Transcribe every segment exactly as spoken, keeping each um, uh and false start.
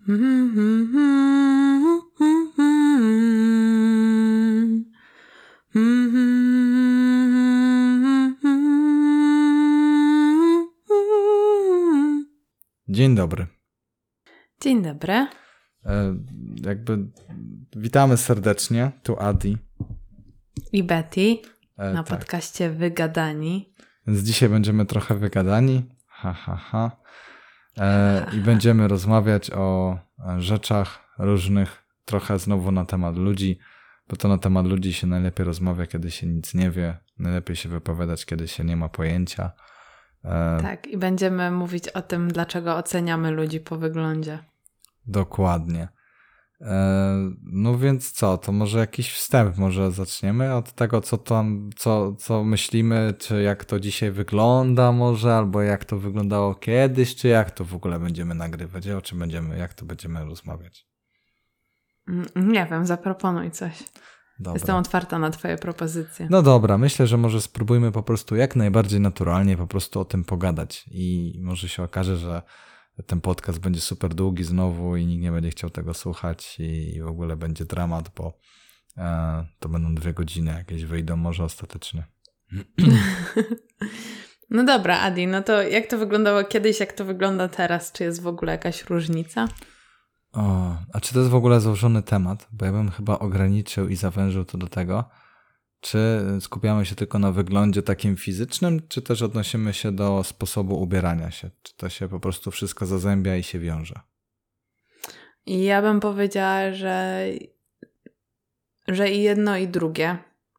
Dzień dobry. Dzień dobry. E, jakby witamy serdecznie, tu Adi i Betty e, na tak. podcaście Wygadani. Więc dzisiaj będziemy trochę wygadani, ha, ha, ha. E, i będziemy rozmawiać o rzeczach różnych, trochę znowu na temat ludzi, bo to na temat ludzi się najlepiej rozmawia, kiedy się nic nie wie, najlepiej się wypowiadać, kiedy się nie ma pojęcia. E, tak, i będziemy mówić o tym, dlaczego oceniamy ludzi po wyglądzie. Dokładnie. E, no więc co, to może jakiś wstęp, może zaczniemy od tego, co tam, co, co myślimy, czy jak to dzisiaj wygląda może, albo jak to wyglądało kiedyś, czy jak to w ogóle będziemy nagrywać, o czym będziemy, jak to będziemy rozmawiać. Nie wiem, zaproponuj coś. Dobra. Jestem otwarta na twoje propozycje. No dobra, myślę, że może spróbujmy po prostu jak najbardziej naturalnie po prostu o tym pogadać i może się okaże, że ten podcast będzie super długi znowu i nikt nie będzie chciał tego słuchać i w ogóle będzie dramat, bo e, to będą dwie godziny jakieś wyjdą może ostatecznie. No dobra, Adi, no to jak to wyglądało kiedyś, jak to wygląda teraz? Czy jest w ogóle jakaś różnica? O, a czy to jest w ogóle złożony temat? Bo ja bym chyba ograniczył i zawężył to do tego, czy skupiamy się tylko na wyglądzie takim fizycznym, czy też odnosimy się do sposobu ubierania się? Czy to się po prostu wszystko zazębia i się wiąże? Ja bym powiedziała, że, że i jedno, i drugie.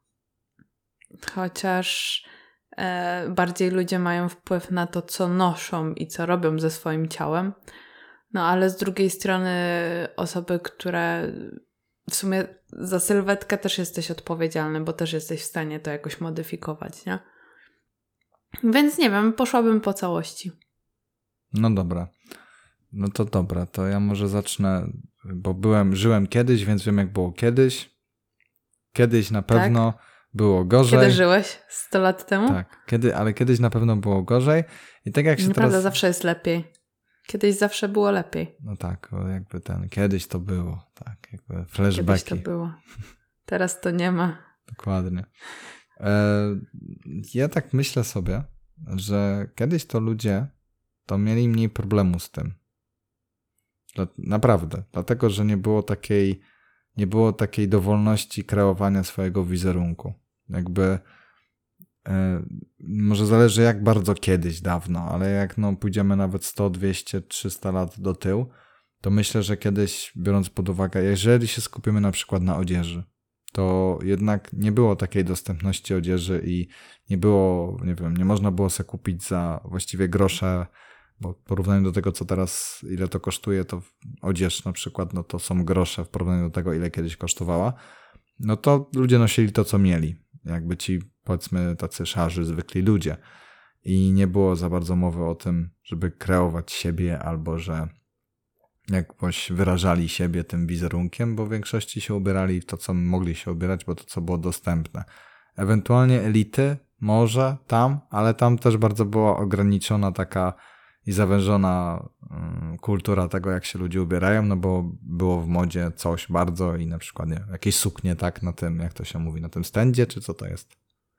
Chociaż e, bardziej ludzie mają wpływ na to, co noszą i co robią ze swoim ciałem. No ale z drugiej strony osoby, które w sumie za sylwetkę też jesteś odpowiedzialny, bo też jesteś w stanie to jakoś modyfikować, nie? Więc nie wiem, poszłabym po całości. No dobra. No to dobra, to ja może zacznę, bo byłem, żyłem kiedyś, więc wiem jak było kiedyś. Kiedyś na pewno tak? było gorzej. Kiedy żyłeś? sto lat temu? Tak, kiedy, ale kiedyś na pewno było gorzej. I tak jak się Nieprawda, teraz... zawsze jest lepiej. Kiedyś zawsze było lepiej. No tak, jakby ten, kiedyś to było, tak, jakby flashbacki. Kiedyś to było. Teraz to nie ma. Dokładnie. E, ja tak myślę sobie, że kiedyś to ludzie to mieli mniej problemu z tym. Dla, naprawdę, dlatego, że nie było takiej, nie było takiej dowolności kreowania swojego wizerunku. Jakby e, może zależy jak bardzo kiedyś, dawno, ale jak no pójdziemy nawet sto, dwieście, trzysta lat do tyłu, to myślę, że kiedyś, biorąc pod uwagę, jeżeli się skupimy na przykład na odzieży, to jednak nie było takiej dostępności odzieży i nie było, nie wiem, nie można było sobie kupić za właściwie grosze, bo w porównaniu do tego, co teraz, ile to kosztuje, to odzież na przykład, no to są grosze w porównaniu do tego, ile kiedyś kosztowała, no to ludzie nosili to, co mieli. Jakby ci, powiedzmy, tacy szarzy, zwykli ludzie. I nie było za bardzo mowy o tym, żeby kreować siebie albo, że jakoś wyrażali siebie tym wizerunkiem, bo w większości się ubierali w to, co mogli się ubierać, bo to, co było dostępne. Ewentualnie elity, może tam, ale tam też bardzo była ograniczona taka i zawężona um, kultura tego, jak się ludzie ubierają, no bo było w modzie coś bardzo i na przykład nie, jakieś suknie, tak, na tym, jak to się mówi, na tym stędzie, czy co to jest?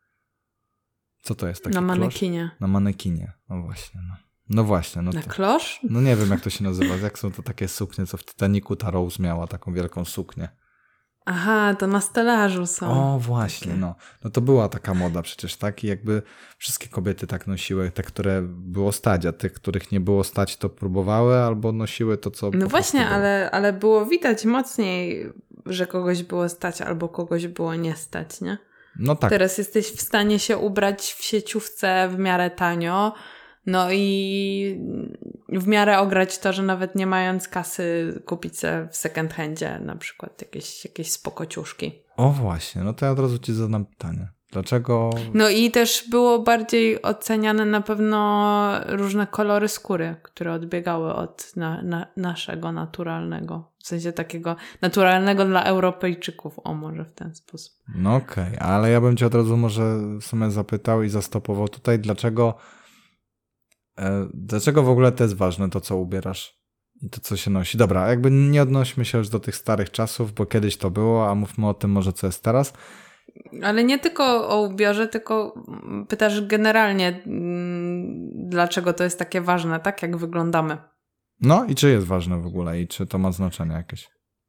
Co to jest taki Na manekinie. Klosz? Na manekinie, no właśnie, no. No właśnie. No na to, klosz? No nie wiem, jak to się nazywa. Jak są to takie suknie, co w Titanicu ta Rose miała, taką wielką suknię. Aha, to na stelażu są. O, właśnie, no. No to była taka moda przecież, tak? I jakby wszystkie kobiety tak nosiły, te, które było stać, a tych, których nie było stać, to próbowały albo nosiły to, co No właśnie, ale, ale było widać mocniej, że kogoś było stać albo kogoś było nie stać, nie? No tak. Teraz jesteś w stanie się ubrać w sieciówce w miarę tanio, no i w miarę ograć to, że nawet nie mając kasy kupić sobie w second handzie na przykład jakieś, jakieś spokociuszki. O właśnie, no to ja od razu ci zadam pytanie. Dlaczego? No i też było bardziej oceniane na pewno różne kolory skóry, które odbiegały od na, na, naszego naturalnego. W sensie takiego naturalnego dla Europejczyków. O, może w ten sposób. No okej, okay, ale ja bym cię od razu może w sumie zapytał i zastopował tutaj, dlaczego e, dlaczego w ogóle to jest ważne, to co ubierasz? i to, co się nosi. Dobra, jakby nie odnośmy się już do tych starych czasów, bo kiedyś to było, a mówmy o tym może, co jest teraz. Ale nie tylko o ubiorze, tylko pytasz generalnie, dlaczego to jest takie ważne, tak? Jak wyglądamy. No i czy jest ważne w ogóle i czy to ma znaczenie jakieś?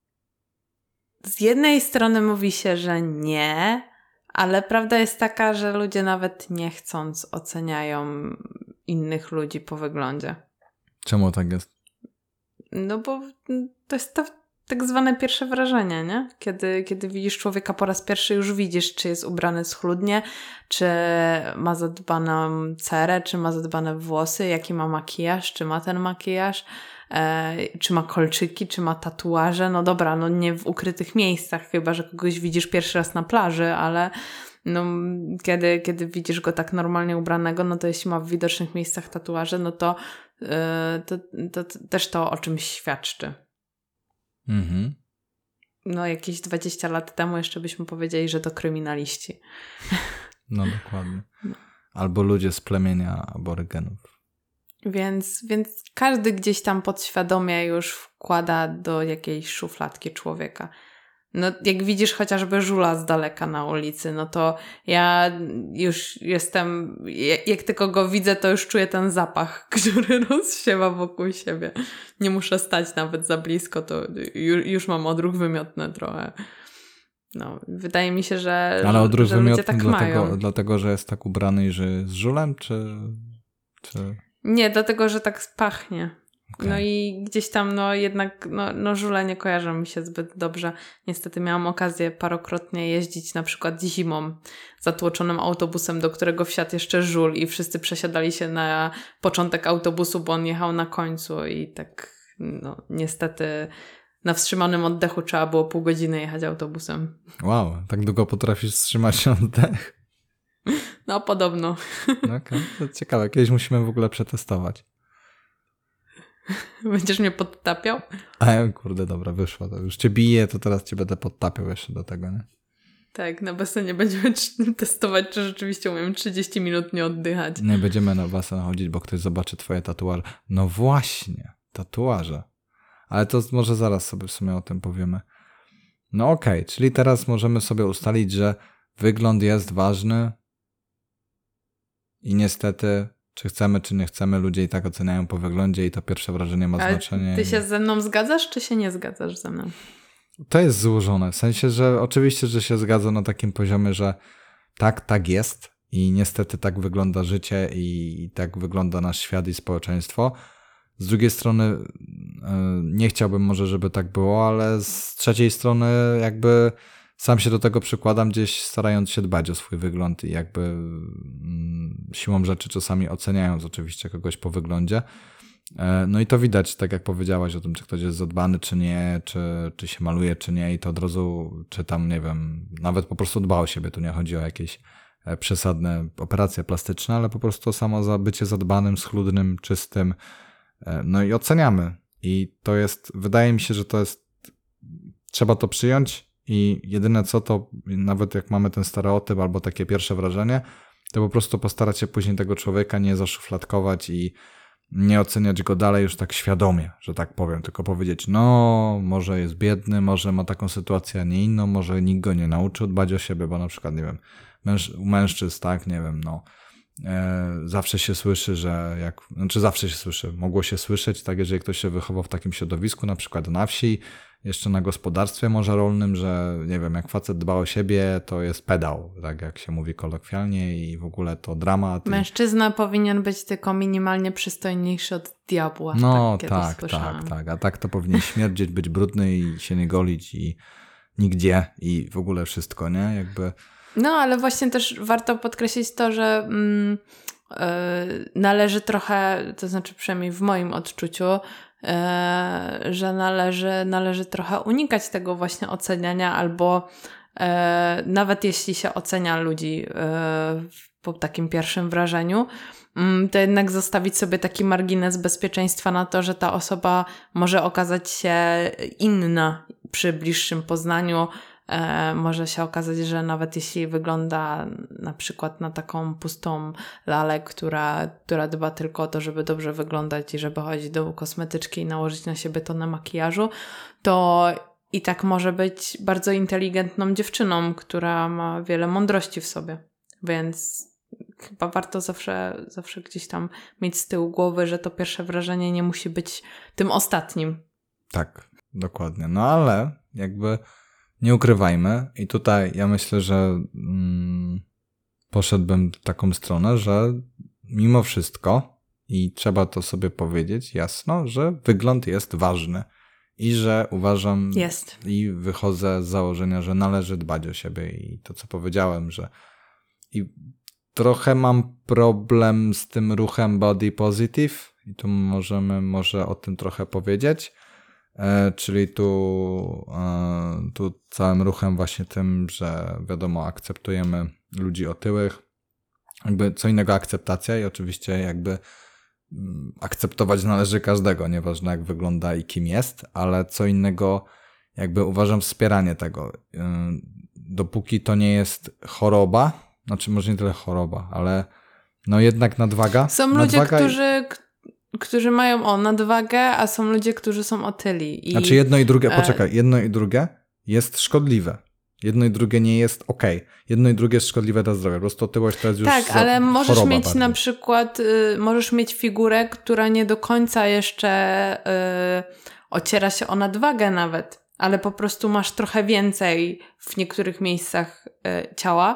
Z jednej strony mówi się, że nie, ale prawda jest taka, że ludzie nawet nie chcąc oceniają innych ludzi po wyglądzie. Czemu tak jest? No bo to jest to tak zwane pierwsze wrażenie, nie? Kiedy, kiedy widzisz człowieka po raz pierwszy, już widzisz, czy jest ubrany schludnie, czy ma zadbaną cerę, czy ma zadbane włosy, jaki ma makijaż, czy ma ten makijaż, e, czy ma kolczyki, czy ma tatuaże. No dobra, no nie w ukrytych miejscach, chyba że kogoś widzisz pierwszy raz na plaży, ale no, kiedy, kiedy widzisz go tak normalnie ubranego, no to jeśli ma w widocznych miejscach tatuaże, no to, yy, to, to, to też to o czymś świadczy. Mhm. No jakieś dwadzieścia lat temu jeszcze byśmy powiedzieli, że to kryminaliści. No dokładnie. Albo ludzie z plemienia aborygenów. Więc, więc każdy gdzieś tam podświadomie już wkłada do jakiejś szufladki człowieka. No jak widzisz chociażby żula z daleka na ulicy, no to ja już jestem, jak tylko go widzę, to już czuję ten zapach, który rozsiewa wokół siebie. Nie muszę stać nawet za blisko, to już, już mam odruch wymiotny trochę. No, wydaje mi się, że, Ale odruch że ludzie wymiotny tak dlatego, mają. dlatego, że jest tak ubrany i że jest żulem, czy... czy... Nie, dlatego, że tak pachnie. Okay. No i gdzieś tam, no jednak, no, no żule nie kojarzą mi się zbyt dobrze. Niestety miałam okazję parokrotnie jeździć na przykład zimą zatłoczonym autobusem, do którego wsiadł jeszcze żul i wszyscy przesiadali się na początek autobusu, bo on jechał na końcu i tak, no niestety na wstrzymanym oddechu trzeba było pół godziny jechać autobusem. Wow, tak długo potrafisz wstrzymać się oddech? No podobno. No okej, okay. To ciekawe, kiedyś musimy w ogóle przetestować. Będziesz mnie podtapiał? A kurde, dobra, wyszło. To już cię bije, to teraz cię będę podtapiał jeszcze do tego, nie? Tak, na basenie będziemy testować, czy rzeczywiście umiem trzydzieści minut nie oddychać. Nie będziemy na basen chodzić, bo ktoś zobaczy twoje tatuaże. No właśnie, tatuaże. Ale to może zaraz sobie w sumie o tym powiemy. No okej, okay, czyli teraz możemy sobie ustalić, że wygląd jest ważny i niestety... Czy chcemy, czy nie chcemy, ludzie i tak oceniają po wyglądzie i to pierwsze wrażenie ma Ale znaczenie. ty się ze mną zgadzasz, czy się nie zgadzasz ze mną? To jest złożone. W sensie, że oczywiście, że się zgadza na takim poziomie, że tak, tak jest i niestety tak wygląda życie i tak wygląda nasz świat i społeczeństwo. Z drugiej strony nie chciałbym może, żeby tak było, ale z trzeciej strony jakby sam się do tego przykładam, gdzieś starając się dbać o swój wygląd i jakby mm, siłą rzeczy czasami oceniając oczywiście kogoś po wyglądzie. No i to widać, tak jak powiedziałaś o tym, czy ktoś jest zadbany, czy nie, czy, czy się maluje, czy nie i to od razu, czy tam, nie wiem, nawet po prostu dba o siebie. Tu nie chodzi o jakieś przesadne operacje plastyczne, ale po prostu samo za bycie zadbanym, schludnym, czystym. No i oceniamy. I to jest, wydaje mi się, że to jest, trzeba to przyjąć. I jedyne co to, nawet jak mamy ten stereotyp albo takie pierwsze wrażenie, to po prostu postarać się później tego człowieka nie zaszufladkować i nie oceniać go dalej już tak świadomie, że tak powiem, tylko powiedzieć, no może jest biedny, może ma taką sytuację, a nie inną, może nikt go nie nauczył dbać o siebie, bo na przykład, nie wiem, męż, u mężczyzn, tak, nie wiem, no e, zawsze się słyszy, że jak, znaczy zawsze się słyszy, mogło się słyszeć, tak, jeżeli ktoś się wychował w takim środowisku, na przykład na wsi, jeszcze na gospodarstwie może rolnym, że nie wiem, jak facet dba o siebie, to jest pedał, tak jak się mówi kolokwialnie i w ogóle to dramat. Mężczyzna i... powinien być tylko minimalnie przystojniejszy od diabła. No tak, tak, tak, tak, a tak to powinien śmierdzieć, być brudny i się nie golić i nigdzie i w ogóle wszystko, nie? Jakby... No, ale właśnie też warto podkreślić to, że mm, yy, należy trochę, to znaczy przynajmniej w moim odczuciu, Yy, że należy, należy trochę unikać tego właśnie oceniania albo yy, nawet jeśli się ocenia ludzi yy, po takim pierwszym wrażeniu, yy, to jednak zostawić sobie taki margines bezpieczeństwa na to, że ta osoba może okazać się inna przy bliższym poznaniu, e, może się okazać, że nawet jeśli wygląda na przykład na taką pustą lalę, która, która dba tylko o to, żeby dobrze wyglądać i żeby chodzić do kosmetyczki i nałożyć na siebie tonę makijażu, to i tak może być bardzo inteligentną dziewczyną, która ma wiele mądrości w sobie. Więc chyba warto zawsze, zawsze gdzieś tam mieć z tyłu głowy, że to pierwsze wrażenie nie musi być tym ostatnim. Tak, dokładnie. No ale jakby nie ukrywajmy i tutaj ja myślę, że mm, poszedłbym w taką stronę, że mimo wszystko i trzeba to sobie powiedzieć jasno, że wygląd jest ważny i że uważam jest. i wychodzę z założenia, że należy dbać o siebie i to, co powiedziałem, że i trochę mam problem z tym ruchem body positive i tu możemy może o tym trochę powiedzieć, e, czyli tu, e, tu całym ruchem właśnie tym, że wiadomo, akceptujemy ludzi otyłych, jakby co innego akceptacja i oczywiście jakby mm, akceptować należy każdego, nieważne jak wygląda i kim jest, ale co innego jakby uważam wspieranie tego. E, dopóki to nie jest choroba, znaczy może nie tyle choroba, ale no jednak nadwaga. Są nadwaga ludzie, którzy, i... którzy mają o nadwagę, a są ludzie, którzy są otyli. I... Znaczy jedno i drugie, poczekaj, jedno i drugie jest szkodliwe. Jedno i drugie nie jest okej. Okay. Jedno i drugie jest szkodliwe dla zdrowia. Po prostu otyłość to jest już tak, ale możesz mieć bardziej. na przykład, y, możesz mieć figurę, która nie do końca jeszcze y, ociera się o nadwagę nawet, ale po prostu masz trochę więcej w niektórych miejscach y, ciała.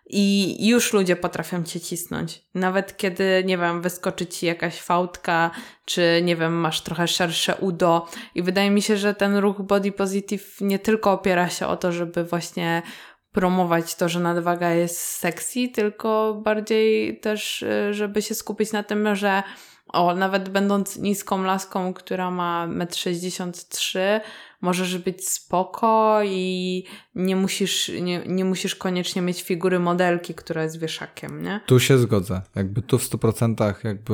I już ludzie potrafią cię cisnąć. Nawet kiedy, nie wiem, wyskoczy ci jakaś fałdka, czy nie wiem, masz trochę szersze udo. I wydaje mi się, że ten ruch body positive nie tylko opiera się o to, żeby właśnie promować to, że nadwaga jest sexy, tylko bardziej też, żeby się skupić na tym, że o, nawet będąc niską laską, która ma metr sześćdziesiąt trzy, możesz być spoko i nie musisz, nie, nie musisz koniecznie mieć figury modelki, która jest wieszakiem, nie? Tu się zgodzę. Jakby tu w stu procentach jakby,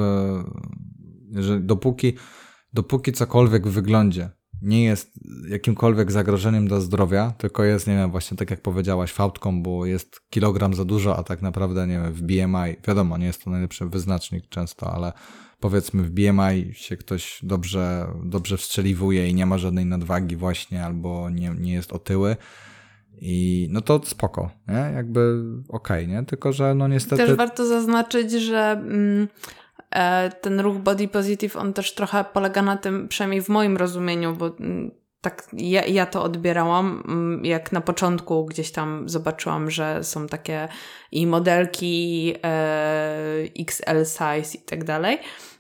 jeżeli dopóki, dopóki cokolwiek w wyglądzie nie jest jakimkolwiek zagrożeniem dla zdrowia, tylko jest, nie wiem, właśnie tak jak powiedziałaś, fałdką, bo jest kilogram za dużo, a tak naprawdę, nie wiem, w B M I, wiadomo, nie jest to najlepszy wyznacznik często, ale powiedzmy w B M I się ktoś dobrze, dobrze wstrzeliwuje i nie ma żadnej nadwagi właśnie, albo nie, nie jest otyły i no to spoko, nie? Jakby okej, okay, nie? Tylko, że no niestety... Też warto zaznaczyć, że mm, e, ten ruch body positive, on też trochę polega na tym, przynajmniej w moim rozumieniu, bo mm, tak ja, ja to odbierałam, jak na początku gdzieś tam zobaczyłam, że są takie i modelki e, X L size i tak dalej,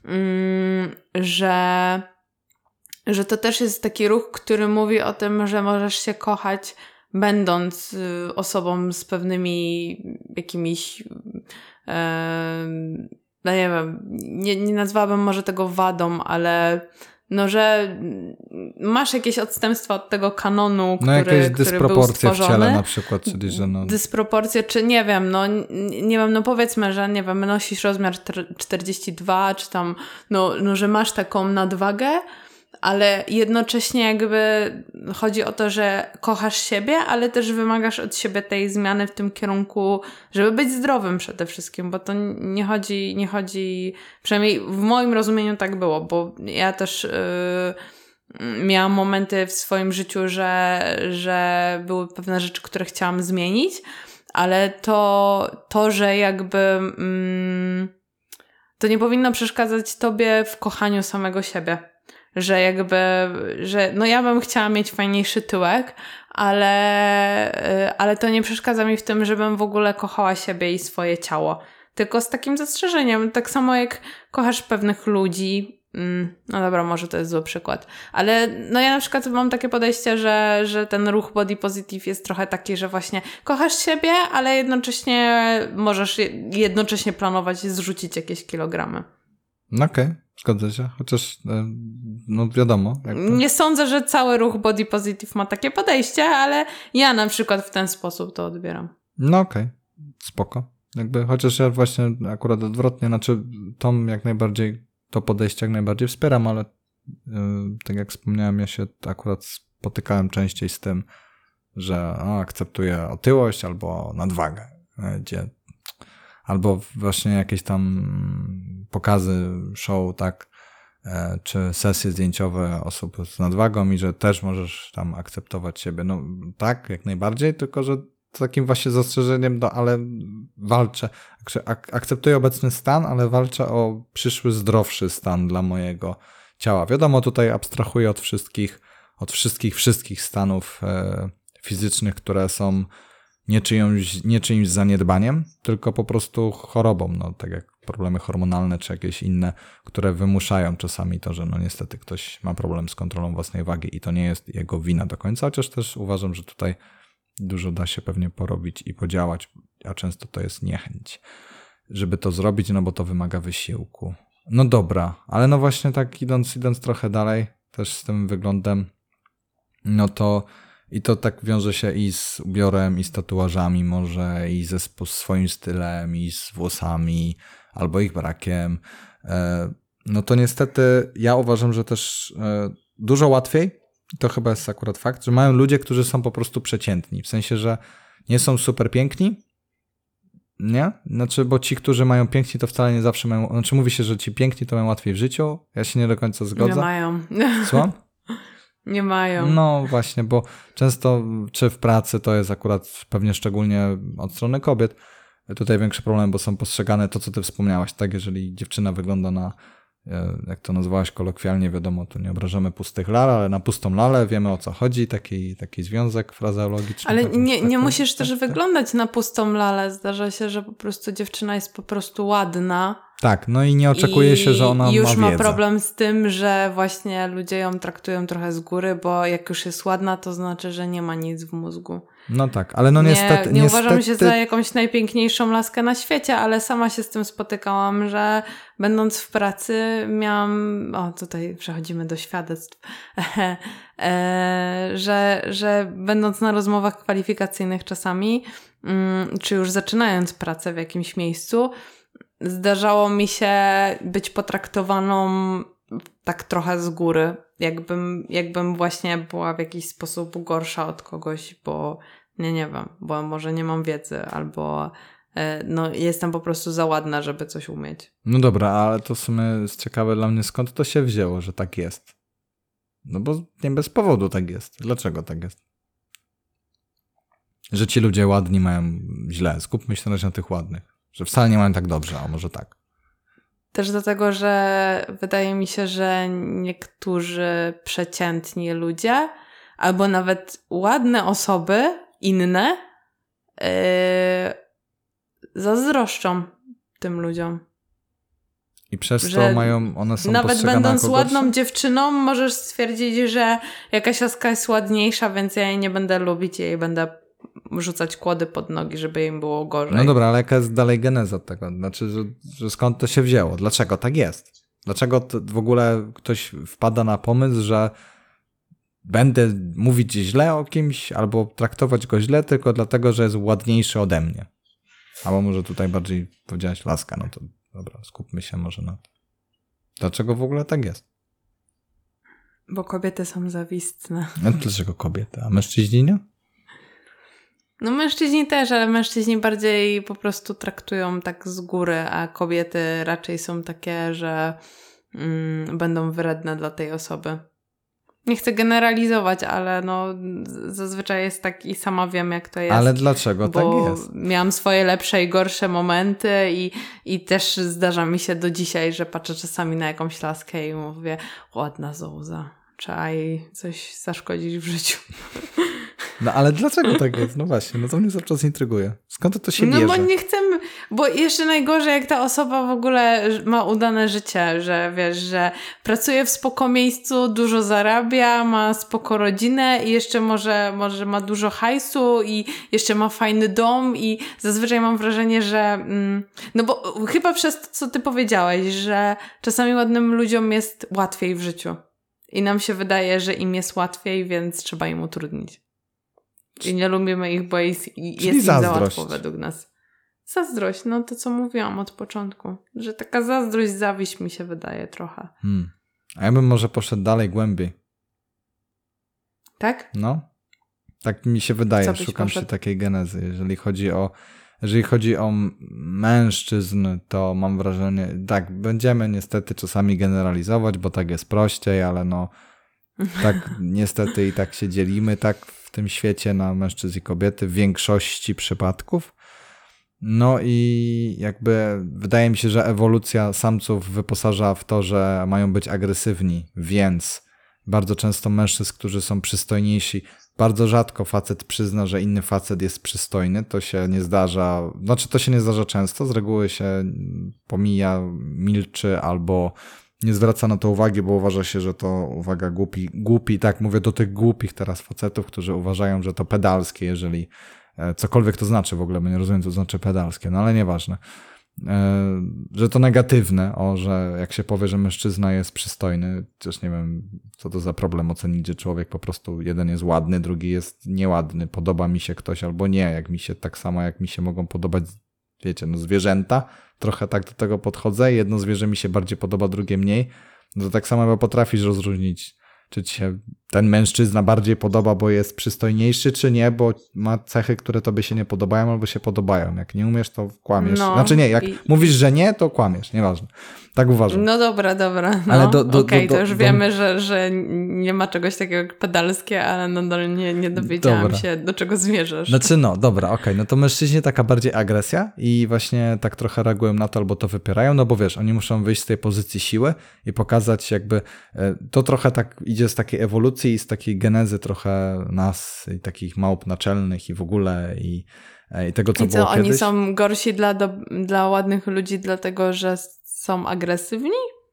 że, że to też jest taki ruch, który mówi o tym, że możesz się kochać będąc osobą z pewnymi jakimiś e, no nie wiem, nie, nie nazwałabym może tego wadą, ale no, że masz jakieś odstępstwa od tego kanonu, który, no, jakieś który dysproporcje był stworzony. w ciele na przykład, czyli że no... Dysproporcje, czy nie wiem, no nie wiem, no powiedzmy, że nie wiem, nosisz rozmiar czterdzieści dwa, czy tam, no, no że masz taką nadwagę, ale jednocześnie jakby chodzi o to, że kochasz siebie, ale też wymagasz od siebie tej zmiany w tym kierunku, żeby być zdrowym przede wszystkim, bo to nie chodzi, nie chodzi, przynajmniej w moim rozumieniu tak było, bo ja też yy, miałam momenty w swoim życiu, że, że były pewne rzeczy, które chciałam zmienić, ale to, to że jakby yy, to nie powinno przeszkadzać tobie w kochaniu samego siebie. Że jakby, że no ja bym chciała mieć fajniejszy tyłek, ale, ale to nie przeszkadza mi w tym, żebym w ogóle kochała siebie i swoje ciało. Tylko z takim zastrzeżeniem, tak samo jak kochasz pewnych ludzi, no dobra, może to jest zły przykład, ale no ja na przykład mam takie podejście, że, że ten ruch body positive jest trochę taki, że właśnie kochasz siebie, ale jednocześnie możesz jednocześnie planować zrzucić jakieś kilogramy. No okej, okay, zgodzę się, chociaż no wiadomo. Jak to... Nie sądzę, że cały ruch body positive ma takie podejście, ale ja na przykład w ten sposób to odbieram. No okej, okay, spoko. Jakby, chociaż ja właśnie akurat odwrotnie, znaczy Tom jak najbardziej, to podejście jak najbardziej wspieram, ale yy, tak jak wspomniałem, ja się akurat spotykałem częściej z tym, że o, akceptuje otyłość albo nadwagę, gdzie albo właśnie jakieś tam pokazy show, tak, czy sesje zdjęciowe osób z nadwagą i że też możesz tam akceptować siebie. No tak, jak najbardziej, tylko że z takim właśnie zastrzeżeniem, no ale walczę, ak- akceptuję obecny stan, ale walczę o przyszły zdrowszy stan dla mojego ciała. Wiadomo, tutaj abstrahuję od wszystkich, od wszystkich, wszystkich stanów e, fizycznych, które są nie czyjąś, nie czyimś zaniedbaniem, tylko po prostu chorobą, no tak jak problemy hormonalne czy jakieś inne, które wymuszają czasami to, że no niestety ktoś ma problem z kontrolą własnej wagi i to nie jest jego wina do końca, chociaż też uważam, że tutaj dużo da się pewnie porobić i podziałać, a często to jest niechęć, żeby to zrobić, no bo to wymaga wysiłku. No dobra, ale no właśnie tak idąc, idąc trochę dalej też z tym wyglądem, no to i to tak wiąże się i z ubiorem, i z tatuażami może, i ze swoim stylem, i z włosami, albo ich brakiem. No to niestety ja uważam, że też dużo łatwiej, to chyba jest akurat fakt, że mają ludzie, którzy są po prostu przeciętni. W sensie, że nie są super piękni, nie? Znaczy, bo ci, którzy mają piękni, to wcale nie zawsze mają... Znaczy mówi się, że ci piękni to mają łatwiej w życiu. Ja się nie do końca zgodzę. Nie mają. Co? Nie mają. No właśnie, bo często czy w pracy to jest akurat pewnie szczególnie od strony kobiet tutaj większy problem, bo są postrzegane to, co ty wspomniałaś, tak? Jeżeli dziewczyna wygląda na, jak to nazwałaś kolokwialnie, wiadomo, tu nie obrażamy pustych lal, ale na pustą lalę wiemy, o co chodzi, taki, taki związek frazeologiczny. Ale tak, nie, tak, nie tak, musisz tak, też tak. wyglądać na pustą lalę. Zdarza się, że po prostu dziewczyna jest po prostu ładna. Tak, no i nie oczekuje I, się, że ona i już ma ma wiedzę. problem z tym, że właśnie ludzie ją traktują trochę z góry, bo jak już jest ładna, to znaczy, że nie ma nic w mózgu. No tak, ale no nie, niestety... Nie niestety... uważam się za jakąś najpiękniejszą laskę na świecie, ale sama się z tym spotykałam, że będąc w pracy miałam... O, tutaj przechodzimy do świadectw. e, że, że będąc na rozmowach kwalifikacyjnych czasami, mm, czy już zaczynając pracę w jakimś miejscu, zdarzało mi się być potraktowaną tak trochę z góry, jakbym, jakbym właśnie była w jakiś sposób gorsza od kogoś, bo nie, nie wiem, bo może nie mam wiedzy, albo no jestem po prostu za ładna, żeby coś umieć. No dobra, ale to w sumie jest ciekawe dla mnie, skąd to się wzięło, że tak jest. No bo nie bez powodu tak jest. Dlaczego tak jest? Że ci ludzie ładni mają źle. Skupmy się na tych ładnych. Że wcale nie mają tak dobrze, a może tak. Też dlatego, że wydaje mi się, że niektórzy przeciętni ludzie, albo nawet ładne osoby, inne, yy, zazdroszczą tym ludziom. I przez to mają, one są nawet postrzegane będąc jako ładną gorsze? dziewczyną, możesz stwierdzić, że jakaś laska jest ładniejsza, więc ja jej nie będę lubić, jej będę rzucać kłody pod nogi, żeby im było gorzej. No dobra, ale jaka jest dalej geneza tego? Znaczy, że, że skąd to się wzięło? Dlaczego tak jest? Dlaczego to w ogóle ktoś wpada na pomysł, że będę mówić źle o kimś albo traktować go źle tylko dlatego, że jest ładniejszy ode mnie? Albo może tutaj bardziej powiedziałaś laska, no to dobra, skupmy się może na to. Dlaczego w ogóle tak jest? Bo kobiety są zawistne. No, dlaczego kobiety? A mężczyźni nie? No mężczyźni też, ale mężczyźni bardziej po prostu traktują tak z góry, a kobiety raczej są takie, że mm, będą wredne dla tej osoby. Nie chcę generalizować, ale no zazwyczaj jest tak i sama wiem, jak to jest. Ale dlaczego tak jest? Miałam swoje lepsze i gorsze momenty i, i też zdarza mi się do dzisiaj, że patrzę czasami na jakąś laskę i mówię, ładna Zouza, trzeba jej coś zaszkodzić w życiu. No ale dlaczego tak jest? No właśnie, no to mnie cały czas intryguje. Skąd to się no bierze? No bo nie chcemy, bo jeszcze najgorzej, jak ta osoba w ogóle ma udane życie, że wiesz, że pracuje w spoko miejscu, dużo zarabia, ma spoko rodzinę i jeszcze może, może ma dużo hajsu i jeszcze ma fajny dom i zazwyczaj mam wrażenie, że mm, no bo chyba przez to, co ty powiedziałeś, że czasami ładnym ludziom jest łatwiej w życiu i nam się wydaje, że im jest łatwiej, więc trzeba im utrudnić. I nie lubimy ich, bo jest, jest im za łatwo według nas. Zazdrość, no to co mówiłam od początku. Że taka zazdrość, zawiść mi się wydaje trochę. Hmm. A ja bym może poszedł dalej, głębiej. Tak? No. Tak mi się wydaje, Co byś szukam poszedł? się takiej genezy. Jeżeli chodzi o jeżeli chodzi o mężczyzn, to mam wrażenie, tak, będziemy niestety czasami generalizować, bo tak jest prościej, ale no tak niestety i tak się dzielimy tak w tym świecie na mężczyzn i kobiety w większości przypadków. No i jakby wydaje mi się, że ewolucja samców wyposaża w to, że mają być agresywni, więc bardzo często mężczyzn, którzy są przystojniejsi, bardzo rzadko facet przyzna, że inny facet jest przystojny, to się nie zdarza, znaczy to się nie zdarza często, z reguły się pomija, milczy albo nie zwraca na to uwagi, bo uważa się, że to uwaga głupi, głupi, tak mówię do tych głupich teraz facetów, którzy uważają, że to pedalskie, jeżeli cokolwiek to znaczy w ogóle, bo nie rozumiem, co to znaczy pedalskie, no ale nieważne. Że to negatywne, o, że jak się powie, że mężczyzna jest przystojny, też nie wiem, co to za problem ocenić, że człowiek po prostu jeden jest ładny, drugi jest nieładny, podoba mi się ktoś albo nie, jak mi się tak samo, jak mi się mogą podobać, wiecie, no zwierzęta, trochę tak do tego podchodzę, jedno zwierzę mi się bardziej podoba, drugie mniej, no to tak samo chyba potrafisz rozróżnić, czy ci się ten mężczyzna bardziej podoba, bo jest przystojniejszy, czy nie, bo ma cechy, które tobie się nie podobają albo się podobają. Jak nie umiesz, to kłamiesz. No, znaczy nie, jak i... mówisz, że nie, to kłamiesz, nieważne. Tak uważam. No dobra, dobra. No, ale do, do, okej, do, to już do, wiemy, że, że nie ma czegoś takiego jak pedalskie, ale nadal nie, nie dowiedziałam dobra. się, do czego zmierzasz. Znaczy no, dobra, okej, okay. No to mężczyźni taka bardziej agresja i właśnie tak trochę reagują na to albo to wypierają, no bo wiesz, oni muszą wyjść z tej pozycji siły i pokazać jakby, to trochę tak idzie z takiej ewolucji i z takiej genezy trochę nas i takich małp naczelnych i w ogóle i, i tego, co, I co było oni kiedyś. są gorsi dla, do, dla ładnych ludzi dlatego, że są agresywni?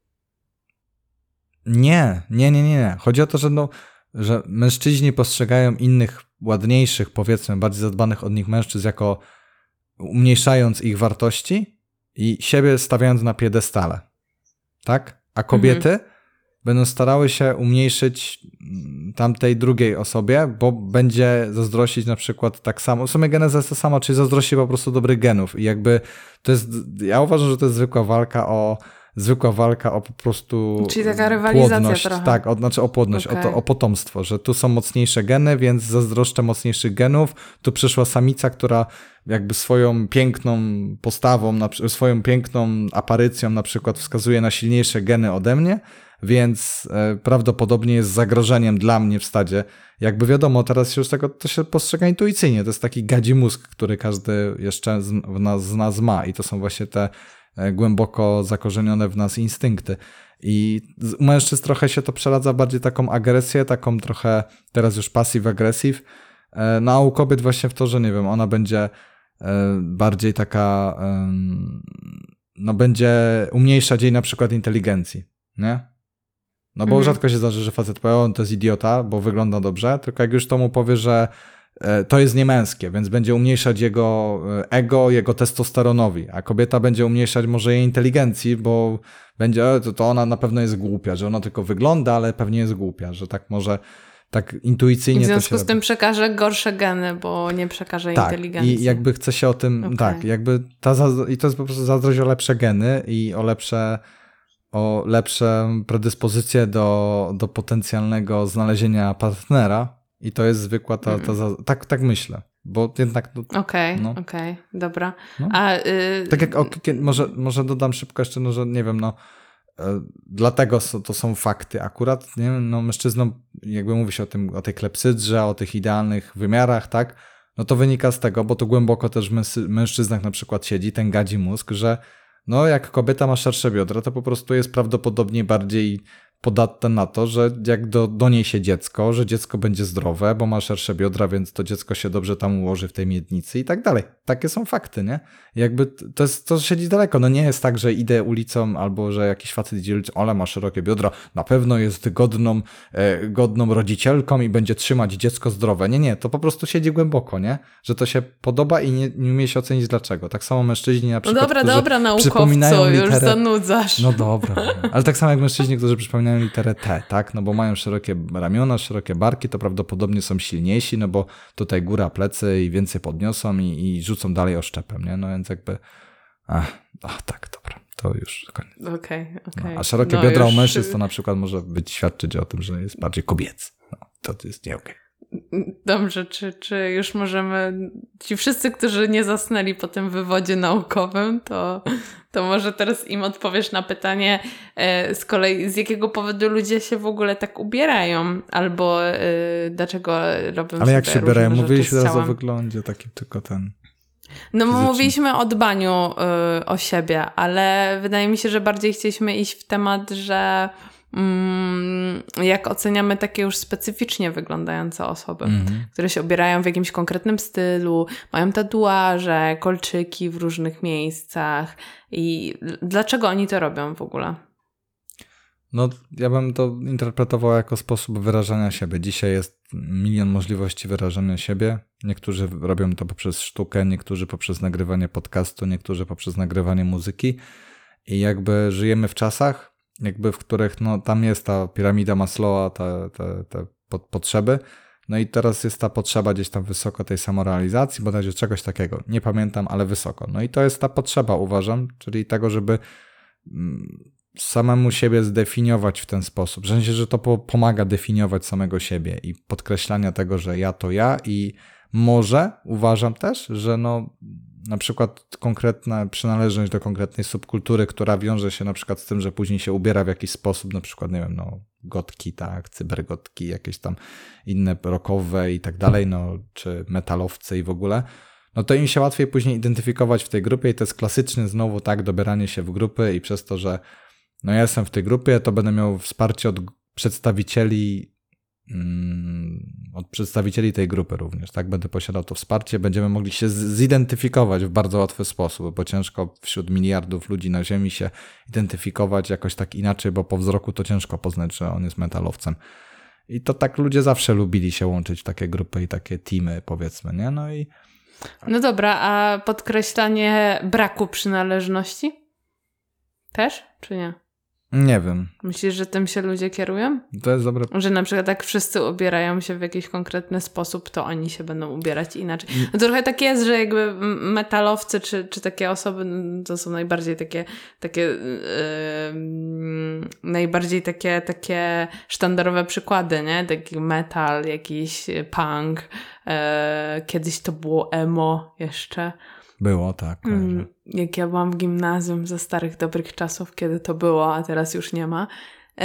Nie, nie, nie, nie, nie. Chodzi o to, że, no, że mężczyźni postrzegają innych ładniejszych, powiedzmy, bardziej zadbanych od nich mężczyzn jako umniejszając ich wartości i siebie stawiając na piedestale. Tak? A kobiety mhm. będą starały się umniejszyć tamtej drugiej osobie, bo będzie zazdrościć na przykład tak samo. W sumie geneza jest to samo, czyli zazdrości po prostu dobrych genów. I jakby to jest, ja uważam, że to jest zwykła walka o zwykła walka o po prostu czyli taka rywalizacja płodność, trochę. tak, o, znaczy o płodność, okay. o, to, o potomstwo, że tu są mocniejsze geny, więc zazdroszczę mocniejszych genów. Tu przyszła samica, która jakby swoją piękną postawą, na, swoją piękną aparycją na przykład wskazuje na silniejsze geny ode mnie, więc e, prawdopodobnie jest zagrożeniem dla mnie w stadzie. Jakby wiadomo, teraz już tego to się postrzega intuicyjnie. To jest taki gadzi mózg, który każdy jeszcze z, w nas, z nas ma i to są właśnie te głęboko zakorzenione w nas instynkty. I u mężczyzn trochę się to przeradza bardziej taką agresję, taką trochę teraz już passive-aggressive, no a u kobiet właśnie w to, że nie wiem, ona będzie bardziej taka, no będzie umniejszać jej na przykład inteligencji, nie? No bo mhm. rzadko się zdarzy, że facet powie, on to jest idiota, bo wygląda dobrze, tylko jak już to mu powie, że to jest niemęskie, więc będzie umniejszać jego ego, jego testosteronowi, a kobieta będzie umniejszać może jej inteligencji, bo będzie, to, to ona na pewno jest głupia, że ona tylko wygląda, ale pewnie jest głupia, że tak może tak intuicyjnie I w związku to się z tym robi. Przekaże gorsze geny, bo nie przekaże tak, inteligencji. I jakby chce się o tym, okay. tak, jakby ta i to jest po prostu zazdrość o lepsze geny i o lepsze o lepsze predyspozycje do, do potencjalnego znalezienia partnera. I to jest zwykła ta, ta, ta tak, tak myślę, bo jednak... Okej, okay, no. okej, okay, dobra. No. A, y... Tak jak, o, może, może dodam szybko jeszcze, no, że nie wiem, no y, dlatego to są fakty akurat, nie wiem, no mężczyznom, jakby mówi się o tym, o tej klepsydrze, o tych idealnych wymiarach, tak, no to wynika z tego, bo to głęboko też w męs- mężczyznach na przykład siedzi ten gadzi mózg, że no jak kobieta ma szersze biodra, to po prostu jest prawdopodobnie bardziej podatne na to, że jak do, do niej się dziecko, że dziecko będzie zdrowe, bo ma szersze biodra, więc to dziecko się dobrze tam ułoży w tej miednicy i tak dalej. Takie są fakty, nie? Jakby to jest, to siedzi daleko. No nie jest tak, że idę ulicą albo że jakiś facet idzie ulicą, ale ma szerokie biodra, na pewno jest godną, e, godną rodzicielką i będzie trzymać dziecko zdrowe. Nie, nie, to po prostu siedzi głęboko, nie? Że to się podoba i nie, nie umie się ocenić dlaczego. Tak samo mężczyźni na przykład, no dobra, którzy dobra, naukowcu, literę... już zanudzasz. No dobra, ale tak samo jak mężczyźni, którzy przypominają literę T, tak? No bo mają szerokie ramiona, szerokie barki, to prawdopodobnie są silniejsi, no bo tutaj góra, plecy i więcej podniosą i, i rzucą dalej oszczepem, nie? No więc jakby... Ach, ach tak, dobra, to już koniec. Okej, okay, okej. Okay. No, a szerokie już... biodra u mężczyzn to na przykład może być świadczyć o tym, że jest bardziej kobiecy. No, to jest nie okej. Okay. Dobrze, czy, czy już możemy... Ci wszyscy, którzy nie zasnęli po tym wywodzie naukowym, to, to może teraz im odpowiesz na pytanie e, z kolei, z jakiego powodu ludzie się w ogóle tak ubierają, albo e, dlaczego robią Ale jak się ubierają? Mówiliśmy teraz o ciałem. wyglądzie, takim tylko ten... No fizyczny. Mówiliśmy o dbaniu y, o siebie, ale wydaje mi się, że bardziej chcieliśmy iść w temat, że mm, jak oceniamy takie już specyficznie wyglądające osoby, mm-hmm. które się ubierają w jakimś konkretnym stylu, mają tatuaże, kolczyki w różnych miejscach i dlaczego oni to robią w ogóle? No, ja bym to interpretował jako sposób wyrażania siebie. Dzisiaj jest milion możliwości wyrażania siebie. Niektórzy robią to poprzez sztukę, niektórzy poprzez nagrywanie podcastu, niektórzy poprzez nagrywanie muzyki. I jakby żyjemy w czasach, jakby w których no, tam jest ta piramida Maslowa, te, te, te potrzeby. No i teraz jest ta potrzeba gdzieś tam wysoko tej samorealizacji, bodajże czegoś takiego. Nie pamiętam, ale wysoko. No i to jest ta potrzeba, uważam, czyli tego, żeby... samemu siebie zdefiniować w ten sposób. W sensie, że to po, pomaga definiować samego siebie i podkreślania tego, że ja to ja i może uważam też, że no na przykład konkretna przynależność do konkretnej subkultury, która wiąże się na przykład z tym, że później się ubiera w jakiś sposób, na przykład, nie wiem, no gotki, tak, cybergotki, jakieś tam inne rockowe i tak dalej, no czy metalowcy i w ogóle, no to im się łatwiej później identyfikować w tej grupie i to jest klasyczny znowu tak dobieranie się w grupy i przez to, że no ja jestem w tej grupie, to będę miał wsparcie od przedstawicieli mm, od przedstawicieli tej grupy również, tak? Będę posiadał to wsparcie, będziemy mogli się zidentyfikować w bardzo łatwy sposób, bo ciężko wśród miliardów ludzi na ziemi się identyfikować jakoś tak inaczej, bo po wzroku to ciężko poznać, że on jest metalowcem. I to tak ludzie zawsze lubili się łączyć w takie grupy i takie teamy, powiedzmy, nie? No i... No dobra, a podkreślanie braku przynależności? Też, czy nie? Nie wiem. Myślisz, że tym się ludzie kierują? To jest dobre. Że na przykład jak wszyscy ubierają się w jakiś konkretny sposób, to oni się będą ubierać inaczej. No to trochę tak jest, że jakby metalowcy czy, czy takie osoby to są najbardziej takie takie yy, najbardziej takie takie sztandarowe przykłady, nie? Taki metal, jakiś punk. Yy, kiedyś to było emo jeszcze. Było, tak. Mm, jak ja byłam w gimnazjum ze starych, dobrych czasów, kiedy to było, a teraz już nie ma. Yy,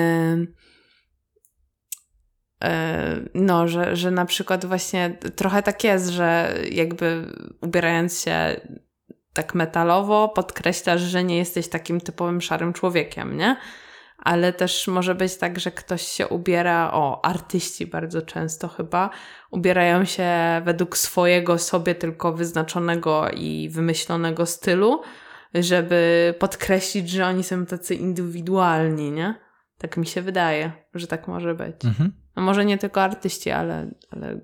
yy, no, że, że na przykład właśnie trochę tak jest, że jakby ubierając się tak metalowo, podkreślasz, że nie jesteś takim typowym szarym człowiekiem, nie? Ale też może być tak, że ktoś się ubiera, o, artyści bardzo często chyba, ubierają się według swojego sobie tylko wyznaczonego i wymyślonego stylu, żeby podkreślić, że oni są tacy indywidualni, nie? Tak mi się wydaje, że tak może być. Mhm. No może nie tylko artyści, ale, ale...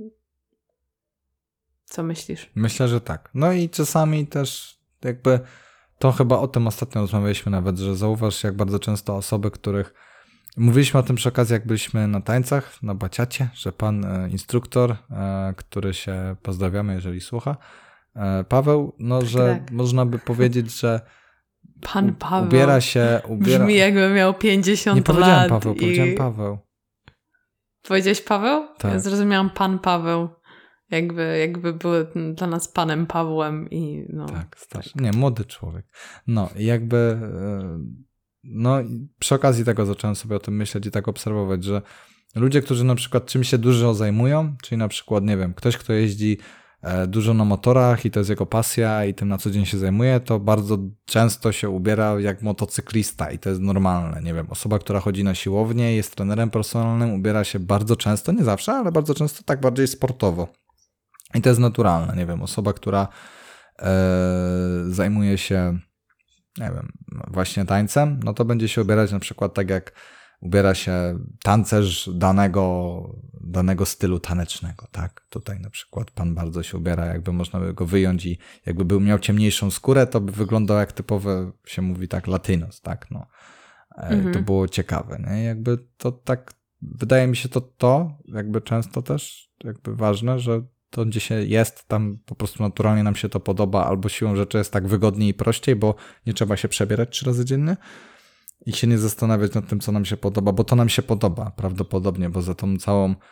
Co myślisz? Myślę, że tak. No i czasami też jakby... To chyba o tym ostatnio rozmawialiśmy nawet, że zauważ, jak bardzo często osoby, których... Mówiliśmy o tym przy okazji, jak byliśmy na tańcach, na baciacie, że pan e, instruktor, e, który się pozdrawiamy, jeżeli słucha, e, Paweł, no, tak, że tak. Można by powiedzieć, że pan Paweł ubiera się... Ubiera... Brzmi jakby miał pięćdziesiąt lat. Nie powiedziałem Paweł, i... powiedziałem Paweł. Powiedziałeś Paweł? Tak. Ja zrozumiałam pan Paweł. Jakby, jakby był dla nas panem Pawłem i no. Tak, starszy. Nie, młody człowiek. No i jakby no przy okazji tego zacząłem sobie o tym myśleć i tak obserwować, że ludzie, którzy na przykład czymś się dużo zajmują, czyli na przykład, nie wiem, ktoś, kto jeździ dużo na motorach i to jest jego pasja i tym na co dzień się zajmuje, to bardzo często się ubiera jak motocyklista i to jest normalne. Nie wiem, osoba, która chodzi na siłownię, jest trenerem personalnym, ubiera się bardzo często, nie zawsze, ale bardzo często tak bardziej sportowo. I to jest naturalne, nie wiem, osoba, która e, zajmuje się, nie wiem, właśnie tańcem, no to będzie się ubierać na przykład tak, jak ubiera się tancerz danego, danego stylu tanecznego, tak? Tutaj na przykład pan bardzo się ubiera, jakby można by go wyjąć i jakby był, miał ciemniejszą skórę, to by wyglądał jak typowy, się mówi tak, latynos, tak? No. E, mhm. To było ciekawe, nie? Jakby to tak, wydaje mi się to to, jakby często też, jakby ważne, że to gdzie się jest, tam po prostu naturalnie nam się to podoba, albo siłą rzeczy jest tak wygodniej i prościej, bo nie trzeba się przebierać trzy razy dziennie i się nie zastanawiać nad tym, co nam się podoba, bo to nam się podoba prawdopodobnie, bo za tą całą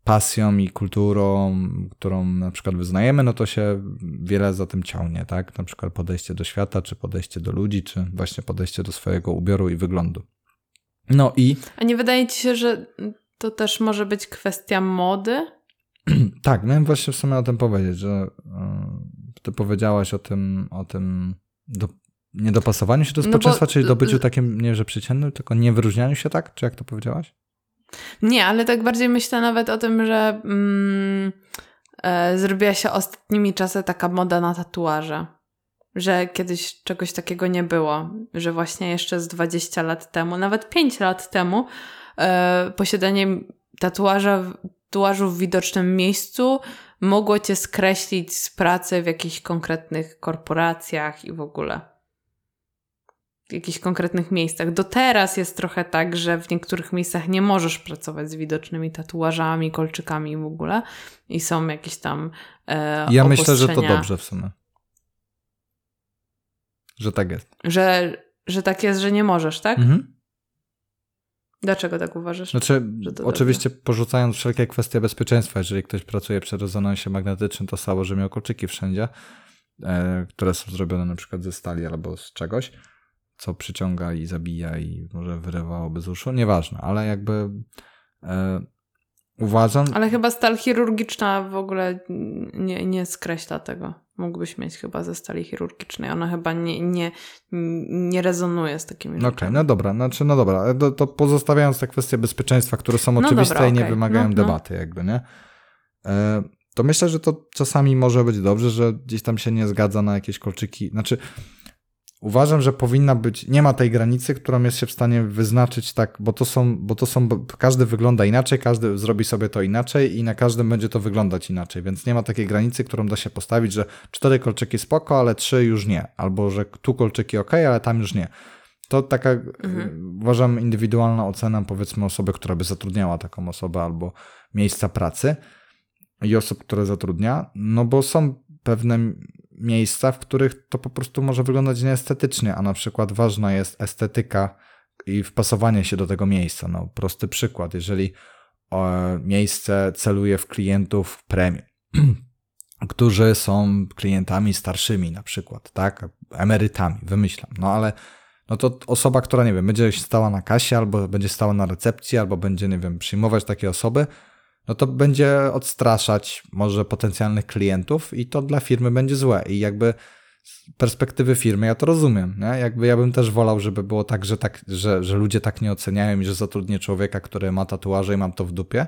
pasją i kulturą, którą na przykład wyznajemy, no to się wiele za tym ciągnie, tak? Na przykład podejście do świata, czy podejście do ludzi, czy właśnie podejście do swojego ubioru i wyglądu. No i... A nie wydaje ci się, że to też może być kwestia mody? Tak, miałem właśnie w sumie o tym powiedzieć, że ty powiedziałaś o tym, o tym do, niedopasowaniu się do społeczeństwa, no bo... czyli do byciu takim, nie że przeciętnym, tylko nie wyróżnianiu się, tak? Czy jak to powiedziałaś? Nie, ale tak bardziej myślę nawet o tym, że mm, e, zrobiła się ostatnimi czasy taka moda na tatuaże. Że kiedyś czegoś takiego nie było. Że właśnie jeszcze z dwadzieścia lat temu, nawet pięć lat temu e, posiadanie tatuaża, tatuażu w widocznym miejscu mogło cię skreślić z pracy w jakichś konkretnych korporacjach i w ogóle. W jakichś konkretnych miejscach. Do teraz jest trochę tak, że w niektórych miejscach nie możesz pracować z widocznymi tatuażami, kolczykami w ogóle i są jakieś tam e, Ja myślę, że to dobrze w sumie. Że tak jest. Że, że tak jest, że nie możesz, tak? Mhm. Dlaczego tak uważasz? Znaczy, oczywiście dobrze? Porzucając wszelkie kwestie bezpieczeństwa, jeżeli ktoś pracuje przy rezonansie magnetycznym, to samo, że miał kolczyki wszędzie, e, które są zrobione na przykład ze stali albo z czegoś, co przyciąga i zabija i może wyrywałoby z uszu. Nieważne, ale jakby e, uważam... Ale chyba stal chirurgiczna w ogóle nie, nie skreśla tego. Mógłbyś mieć chyba ze stali chirurgicznej. Ona chyba nie, nie, nie rezonuje z takimi rzeczami. Okej, okay, no dobra. Znaczy, no dobra, to, to pozostawiając te kwestie bezpieczeństwa, które są no oczywiste dobra, i nie okay. wymagają no, debaty no. jakby, nie? E, to myślę, że to czasami może być dobrze, że gdzieś tam się nie zgadza na jakieś kolczyki. Znaczy... Uważam, że powinna być, nie ma tej granicy, którą jest się w stanie wyznaczyć tak, bo to są, bo to są, bo każdy wygląda inaczej, każdy zrobi sobie to inaczej i na każdym będzie to wyglądać inaczej, więc nie ma takiej granicy, którą da się postawić, że cztery kolczyki spoko, ale trzy już nie, albo że tu kolczyki ok, ale tam już nie. To taka, mhm. uważam, indywidualna ocena, powiedzmy, osoby, która by zatrudniała taką osobę, albo miejsca pracy i osób, które zatrudnia, no bo są pewne miejsca, w których to po prostu może wyglądać nieestetycznie, a na przykład ważna jest estetyka i wpasowanie się do tego miejsca. No, prosty przykład, jeżeli o, miejsce celuje w klientów premium, którzy są klientami starszymi na przykład, tak, emerytami, wymyślam, no ale no to osoba, która, nie wiem, będzie stała na kasie, albo będzie stała na recepcji, albo będzie, nie wiem, przyjmować takie osoby, no to będzie odstraszać może potencjalnych klientów i to dla firmy będzie złe. I jakby z perspektywy firmy ja to rozumiem, nie? Jakby ja bym też wolał, żeby było tak, że, tak że, że ludzie tak nie oceniają i że zatrudnię człowieka, który ma tatuaże i mam to w dupie,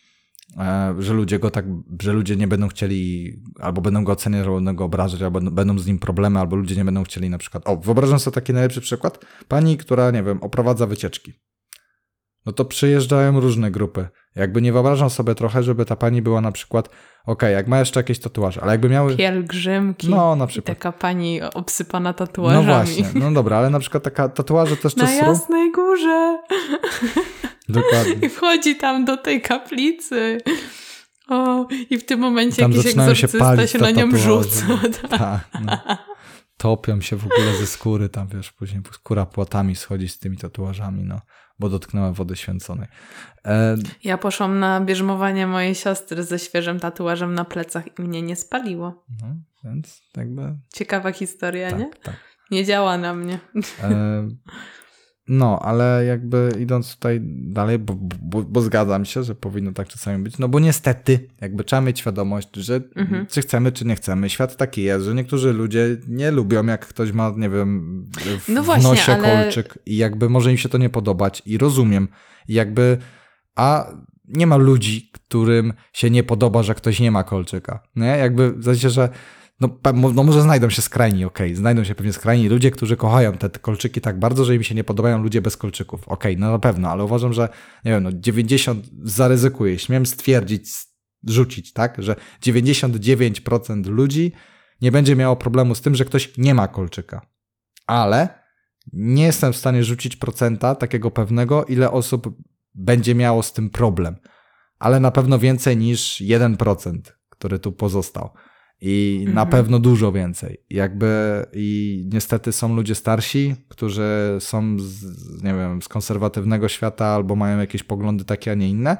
że ludzie go tak, że ludzie nie będą chcieli, albo będą go oceniać, albo będą go obrażać, albo będą z nim problemy, albo ludzie nie będą chcieli na przykład, o, wyobrażam sobie taki najlepszy przykład, pani, która, nie wiem, oprowadza wycieczki. No to przyjeżdżają różne grupy. Jakby nie wyobrażam sobie trochę, żeby ta pani była na przykład, okej, okay, jak ma jeszcze jakieś tatuaże, ale jakby miały... Pielgrzymki. No, na przykład. I taka pani obsypana tatuażami. No właśnie, no dobra, ale na przykład taka tatuaże też na Jasnej Górze. Dokładnie. I wchodzi tam do tej kaplicy. O, i w tym momencie tam jakiś egzorcysta się, się na nią rzuca. Tak, no. Topią się w ogóle ze skóry, tam wiesz, później skóra płatami schodzi z tymi tatuażami, no, bo dotknęła wody święconej. E... Ja poszłam na bierzmowanie mojej siostry ze świeżym tatuażem na plecach i mnie nie spaliło. No, więc jakby... Ciekawa historia, tak, nie? Tak. Nie działa na mnie. E... No, ale jakby idąc tutaj dalej, bo, bo, bo zgadzam się, że powinno tak czasami być, no bo niestety jakby trzeba mieć świadomość, że mhm. czy chcemy, czy nie chcemy. Świat taki jest, że niektórzy ludzie nie lubią, jak ktoś ma, nie wiem, w, no właśnie, w nosie ale... kolczyk i jakby może im się to nie podobać i rozumiem. I jakby, a nie ma ludzi, którym się nie podoba, że ktoś nie ma kolczyka. Nie? Jakby w sensie, że No, no może znajdą się skrajni, okej, okay. znajdą się pewnie skrajni ludzie, którzy kochają te, te kolczyki tak bardzo, że im się nie podobają ludzie bez kolczyków. Okej, okay, no na pewno, ale uważam, że nie wiem, no dziewięćdziesiąt zaryzykuję, śmiem stwierdzić, rzucić, tak, że dziewięćdziesiąt dziewięć procent ludzi nie będzie miało problemu z tym, że ktoś nie ma kolczyka. Ale nie jestem w stanie rzucić procenta takiego pewnego, ile osób będzie miało z tym problem. Ale na pewno więcej niż jeden procent, który tu pozostał. I mhm. na pewno dużo więcej. Jakby i niestety są ludzie starsi, którzy są z, nie wiem, z konserwatywnego świata albo mają jakieś poglądy takie, a nie inne.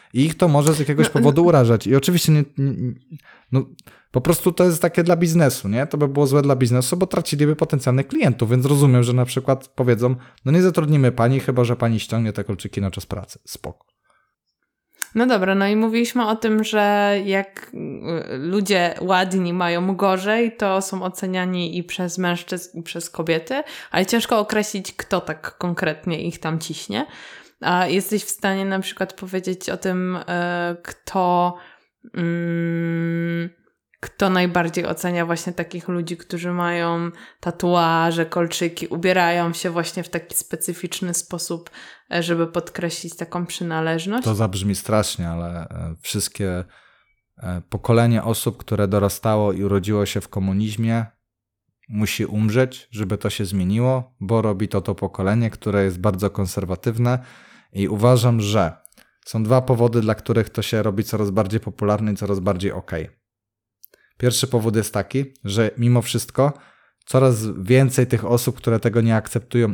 I ich to może z jakiegoś no, powodu urażać. I oczywiście nie, nie, no, po prostu to jest takie dla biznesu, nie? To by było złe dla biznesu, bo traciliby potencjalnych klientów, więc rozumiem, że na przykład powiedzą, no nie zatrudnimy pani, chyba że pani ściągnie te kolczyki na czas pracy. Spoko. No dobra, no i mówiliśmy o tym, że jak ludzie ładni mają gorzej, to są oceniani i przez mężczyzn, i przez kobiety, ale ciężko określić, kto tak konkretnie ich tam ciśnie. A jesteś w stanie na przykład powiedzieć o tym, kto, kto najbardziej ocenia właśnie takich ludzi, którzy mają tatuaże, kolczyki, ubierają się właśnie w taki specyficzny sposób, żeby podkreślić taką przynależność? To zabrzmi strasznie, ale wszystkie pokolenie osób, które dorastało i urodziło się w komunizmie, musi umrzeć, żeby to się zmieniło, bo robi to to pokolenie, które jest bardzo konserwatywne i uważam, że są dwa powody, dla których to się robi coraz bardziej popularne i coraz bardziej okej. Pierwszy powód jest taki, że mimo wszystko coraz więcej tych osób, które tego nie akceptują,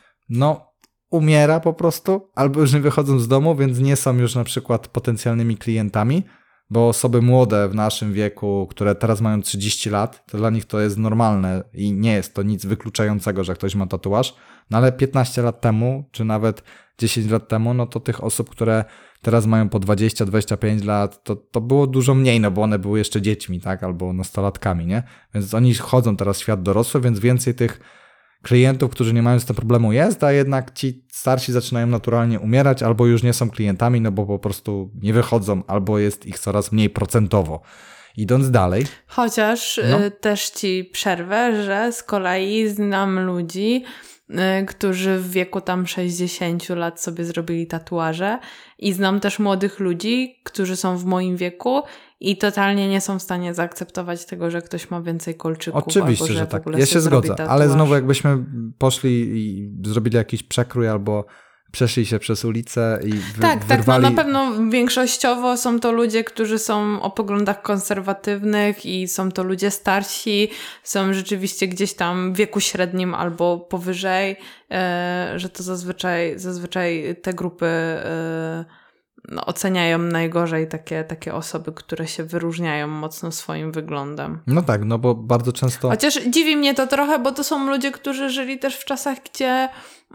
no umiera po prostu, albo już nie wychodzą z domu, więc nie są już na przykład potencjalnymi klientami, bo osoby młode w naszym wieku, które teraz mają trzydzieści lat, to dla nich to jest normalne i nie jest to nic wykluczającego, że ktoś ma tatuaż, no ale piętnaście lat temu, czy nawet dziesięć lat temu, no to tych osób, które teraz mają po dwadzieścia dwadzieścia pięć lat, to, to było dużo mniej, no bo one były jeszcze dziećmi, tak, albo nastolatkami, nie? Więc oni chodzą teraz w świat dorosły, więc więcej tych klientów, którzy nie mają z tym problemu jest, a jednak ci starsi zaczynają naturalnie umierać, albo już nie są klientami, no bo po prostu nie wychodzą, albo jest ich coraz mniej procentowo. Idąc dalej. Chociaż no. też ci przerwę, że z kolei znam ludzi, którzy w wieku tam sześćdziesięciu lat sobie zrobili tatuaże i znam też młodych ludzi, którzy są w moim wieku i totalnie nie są w stanie zaakceptować tego, że ktoś ma więcej kolczyków. Oczywiście, albo że, że tak. W ogóle Ja się zgodzę, tatuaż. Ale znowu jakbyśmy poszli i zrobili jakiś przekrój albo przeszli się przez ulicę i wy, Tak, wyrwali... tak, no na pewno większościowo są to ludzie, którzy są o poglądach konserwatywnych i są to ludzie starsi, są rzeczywiście gdzieś tam w wieku średnim albo powyżej, e, że to zazwyczaj, zazwyczaj te grupy e, no, oceniają najgorzej takie, takie osoby, które się wyróżniają mocno swoim wyglądem. No tak, no bo bardzo często... Chociaż dziwi mnie to trochę, bo to są ludzie, którzy żyli też w czasach, gdzie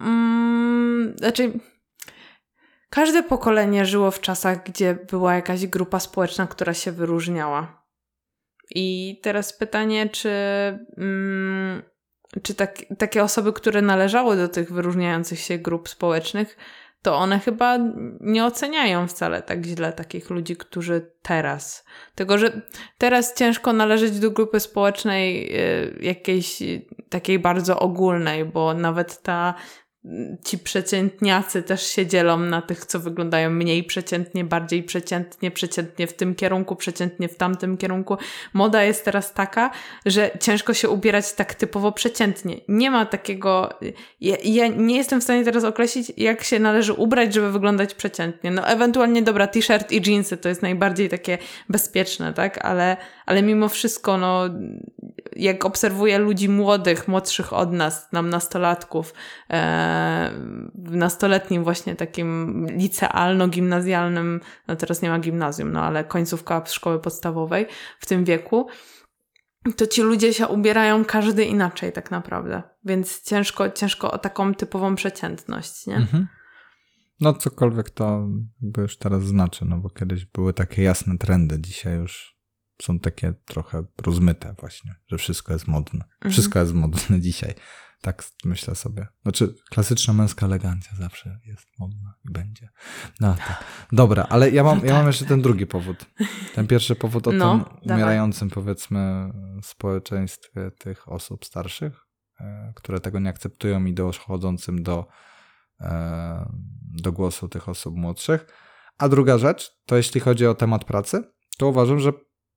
mm, znaczy każde pokolenie żyło w czasach, gdzie była jakaś grupa społeczna, która się wyróżniała. I teraz pytanie, czy, mm, czy tak, takie osoby, które należały do tych wyróżniających się grup społecznych, to one chyba nie oceniają wcale tak źle takich ludzi, którzy teraz. Tylko, że teraz ciężko należeć do grupy społecznej jakiejś takiej bardzo ogólnej, bo nawet ta ci przeciętniacy też się dzielą na tych, co wyglądają mniej przeciętnie, bardziej przeciętnie, przeciętnie w tym kierunku, przeciętnie w tamtym kierunku. Moda jest teraz taka, że ciężko się ubierać tak typowo przeciętnie. Nie ma takiego... Ja, ja nie jestem w stanie teraz określić, jak się należy ubrać, żeby wyglądać przeciętnie. No ewentualnie, dobra, t-shirt i dżinsy to jest najbardziej takie bezpieczne, tak? Ale, ale mimo wszystko, no jak obserwuję ludzi młodych, młodszych od nas, nam nastolatków, e, w nastoletnim właśnie takim licealno-gimnazjalnym, no teraz nie ma gimnazjum, no ale końcówka szkoły podstawowej w tym wieku, to ci ludzie się ubierają każdy inaczej tak naprawdę. Więc ciężko, ciężko o taką typową przeciętność, nie? Mhm. No cokolwiek to jakby już teraz znaczy, no bo kiedyś były takie jasne trendy, dzisiaj już są takie trochę rozmyte właśnie, że wszystko jest modne. Mhm. Wszystko jest modne dzisiaj. Tak myślę sobie. Znaczy klasyczna męska elegancja zawsze jest modna i będzie. No tak. Dobra, ale ja mam, no tak. ja mam jeszcze ten drugi powód. Ten pierwszy powód o no, tym umierającym dawaj. powiedzmy społeczeństwie tych osób starszych, e, które tego nie akceptują i dochodzącym do, e, do głosu tych osób młodszych. A druga rzecz, to jeśli chodzi o temat pracy, to uważam, że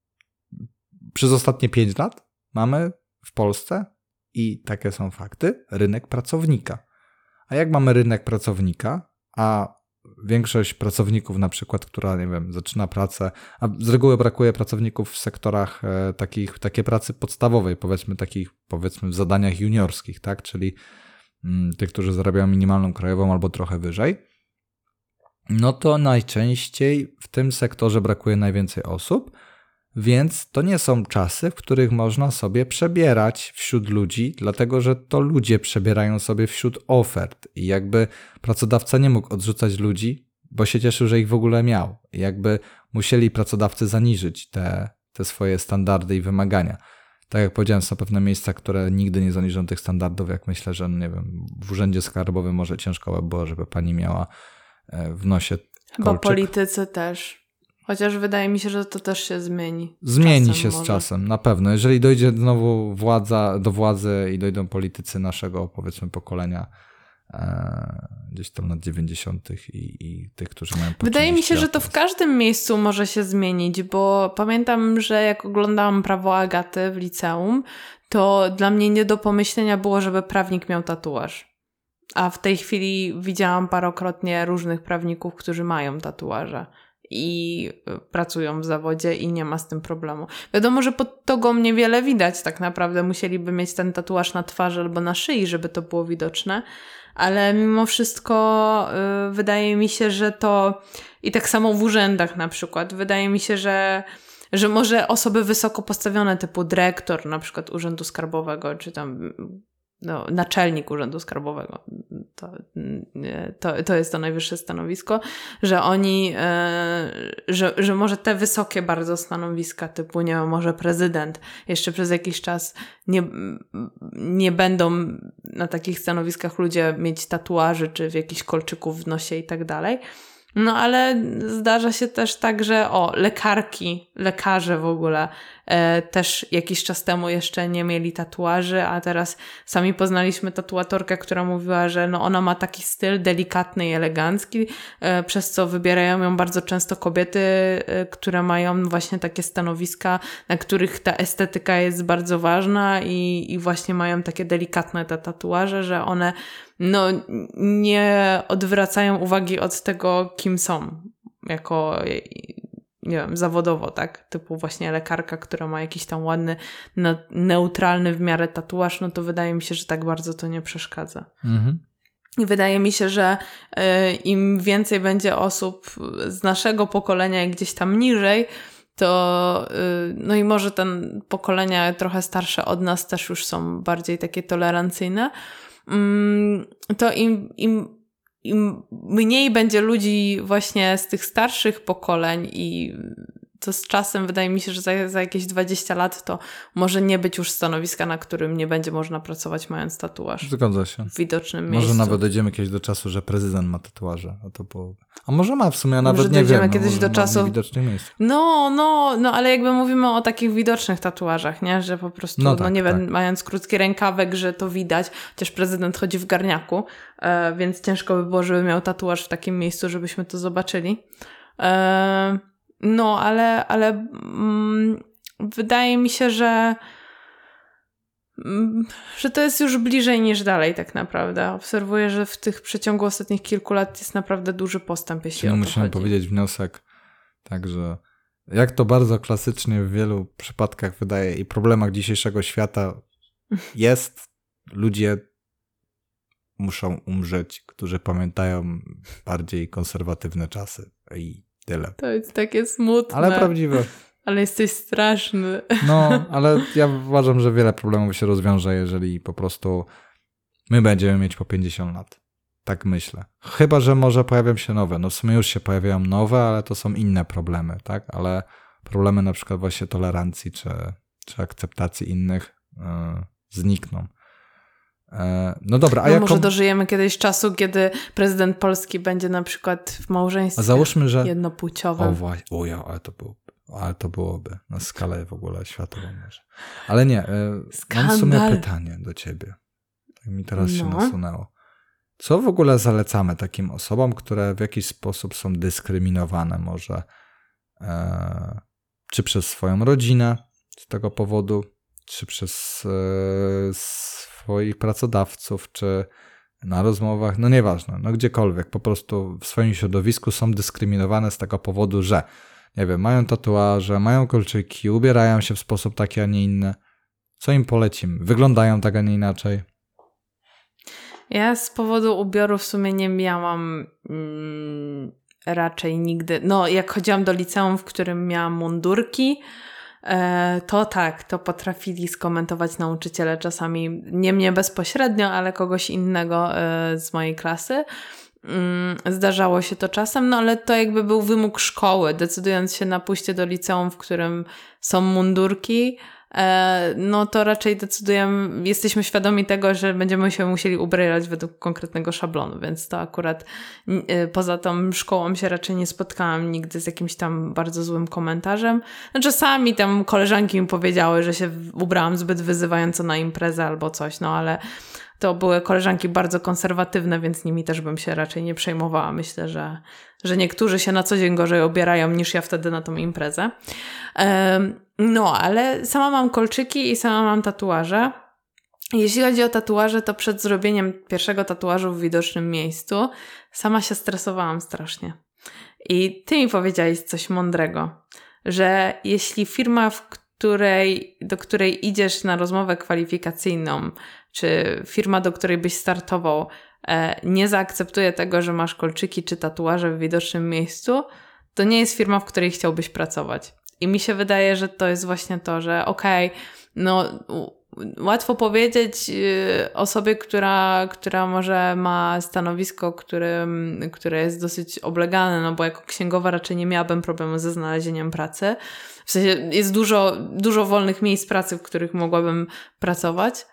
przez ostatnie pięć lat mamy w Polsce i takie są fakty, rynek pracownika. A jak mamy rynek pracownika, a większość pracowników na przykład, która, nie wiem, zaczyna pracę, a z reguły brakuje pracowników w sektorach e, takich, takiej pracy podstawowej, powiedzmy takich, powiedzmy w zadaniach juniorskich, tak, czyli mm, tych, którzy zarabiają minimalną krajową albo trochę wyżej, no to najczęściej w tym sektorze brakuje najwięcej osób, więc to nie są czasy, w których można sobie przebierać wśród ludzi, dlatego że to ludzie przebierają sobie wśród ofert i jakby pracodawca nie mógł odrzucać ludzi, bo się cieszył, że ich w ogóle miał. I jakby musieli pracodawcy zaniżyć te, te swoje standardy i wymagania. Tak jak powiedziałem, są pewne miejsca, które nigdy nie zaniżą tych standardów, jak myślę, że nie wiem, w urzędzie skarbowym może ciężko by było, żeby pani miała w nosie kolczyk. Chyba politycy też. Chociaż wydaje mi się, że to też się zmieni. Zmieni czasem się może. z czasem, na pewno. Jeżeli dojdzie znowu władza, do władzy i dojdą politycy naszego, powiedzmy, pokolenia e, gdzieś tam lat dziewięćdziesiątych i, i tych, którzy mają po Wydaje mi się, lat, że to w każdym miejscu może się zmienić, bo pamiętam, że jak oglądałam Prawo Agaty w liceum, to dla mnie nie do pomyślenia było, żeby prawnik miał tatuaż. A w tej chwili widziałam parokrotnie różnych prawników, którzy mają tatuaże i pracują w zawodzie i nie ma z tym problemu. Wiadomo, że pod togą niewiele widać tak naprawdę. Musieliby mieć ten tatuaż na twarzy albo na szyi, żeby to było widoczne. Ale mimo wszystko yy, wydaje mi się, że to i tak samo w urzędach na przykład. Wydaje mi się, że, że może osoby wysoko postawione typu dyrektor na przykład Urzędu Skarbowego czy tam no, naczelnik Urzędu Skarbowego, to, to, to jest to najwyższe stanowisko, że oni, e, że, że może te wysokie bardzo stanowiska typu, nie wiem, może prezydent jeszcze przez jakiś czas nie, nie będą na takich stanowiskach ludzie mieć tatuaży czy w jakichś kolczyków w nosie i tak dalej. No ale zdarza się też tak, że o, lekarki, lekarze w ogóle e, też jakiś czas temu jeszcze nie mieli tatuaży, a teraz sami poznaliśmy tatuatorkę, która mówiła, że no ona ma taki styl delikatny i elegancki, e, przez co wybierają ją bardzo często kobiety, e, które mają właśnie takie stanowiska, na których ta estetyka jest bardzo ważna i, i właśnie mają takie delikatne te tatuaże, że one no nie odwracają uwagi od tego, kim są, jako, nie wiem, zawodowo, tak? Typu właśnie lekarka, która ma jakiś tam ładny, neutralny w miarę tatuaż, no to wydaje mi się, że tak bardzo to nie przeszkadza. Mhm. I wydaje mi się, że y, im więcej będzie osób z naszego pokolenia i gdzieś tam niżej, to y, no i może ten pokolenia trochę starsze od nas też już są bardziej takie tolerancyjne, to im, im, im mniej będzie ludzi właśnie z tych starszych pokoleń i to z czasem wydaje mi się, że za, za jakieś dwadzieścia lat to może nie być już stanowiska, na którym nie będzie można pracować mając tatuaż. Zgadza się. W widocznym może miejscu. Może nawet dojdziemy kiedyś do czasu, że prezydent ma tatuaże. A to było... A może ma w sumie, a nawet może nie wiem. dojdziemy kiedyś no, do czasu. W widocznym miejscu. No, no, no, ale jakby mówimy o takich widocznych tatuażach, nie? Że po prostu, no, tak, no nie wiem, tak. Mając krótki rękawek, że to widać, chociaż prezydent chodzi w garniaku, e, więc ciężko by było, żeby miał tatuaż w takim miejscu, żebyśmy to zobaczyli. E, no, ale, ale mm, wydaje mi się, że że to jest już bliżej niż dalej tak naprawdę. Obserwuję, że w tych przeciągu ostatnich kilku lat jest naprawdę duży postęp, jeśli Czyli o to musimy chodzi. powiedzieć wniosek, także jak to bardzo klasycznie w wielu przypadkach wydaje i problemach dzisiejszego świata jest, ludzie muszą umrzeć, którzy pamiętają bardziej konserwatywne czasy i tyle. To jest takie smutne. Ale prawdziwe. Ale jesteś straszny. No, ale ja uważam, że wiele problemów się rozwiąże, jeżeli po prostu my będziemy mieć po pięćdziesiąt lat. Tak myślę. Chyba że może pojawią się nowe. No w sumie już się pojawiają nowe, ale to są inne problemy, tak? Ale problemy na przykład właśnie tolerancji czy, czy akceptacji innych yy, znikną. Yy, no dobra, a no jako... może dożyjemy kiedyś czasu, kiedy prezydent Polski będzie na przykład w małżeństwie a załóżmy, że... jednopłciowym. O właśnie, o ja, ale to było... Ale to byłoby na skalę w ogóle światową może. Ale nie, Skandal. Mam w sumie pytanie do ciebie. Tak mi teraz no. się nasunęło. Co w ogóle zalecamy takim osobom, które w jakiś sposób są dyskryminowane może e, czy przez swoją rodzinę z tego powodu, czy przez e, swoich pracodawców, czy na rozmowach, no nieważne, no gdziekolwiek, po prostu w swoim środowisku są dyskryminowane z tego powodu, że nie wiem, mają tatuaże, mają kolczyki, ubierają się w sposób taki, a nie inny. Co im polecimy? Wyglądają tak, a nie inaczej. Ja z powodu ubioru w sumie nie miałam mm, raczej nigdy. No, jak chodziłam do liceum, w którym miałam mundurki, to tak, to potrafili skomentować nauczyciele czasami, nie mnie bezpośrednio, ale kogoś innego z mojej klasy. Zdarzało się to czasem, no ale to jakby był wymóg szkoły, decydując się na pójście do liceum, w którym są mundurki, no to raczej decydujemy, jesteśmy świadomi tego, że będziemy się musieli ubierać według konkretnego szablonu, więc to akurat poza tą szkołą się raczej nie spotkałam nigdy z jakimś tam bardzo złym komentarzem. No czasami tam koleżanki mi powiedziały, że się ubrałam zbyt wyzywająco na imprezę albo coś, no ale to były koleżanki bardzo konserwatywne, więc nimi też bym się raczej nie przejmowała. Myślę, że, że niektórzy się na co dzień gorzej obierają niż ja wtedy na tą imprezę. No, ale sama mam kolczyki i sama mam tatuaże. Jeśli chodzi o tatuaże, to przed zrobieniem pierwszego tatuażu w widocznym miejscu sama się stresowałam strasznie. I ty mi powiedziałeś coś mądrego, że jeśli firma, w której, do której idziesz na rozmowę kwalifikacyjną, czy firma, do której byś startował, nie zaakceptuje tego, że masz kolczyki czy tatuaże w widocznym miejscu, to nie jest firma, w której chciałbyś pracować. I mi się wydaje, że to jest właśnie to, że okej, okay, no łatwo powiedzieć osobie, która, która może ma stanowisko, które, które jest dosyć oblegane, no bo jako księgowa raczej nie miałabym problemu ze znalezieniem pracy. W sensie jest dużo, dużo wolnych miejsc pracy, w których mogłabym pracować.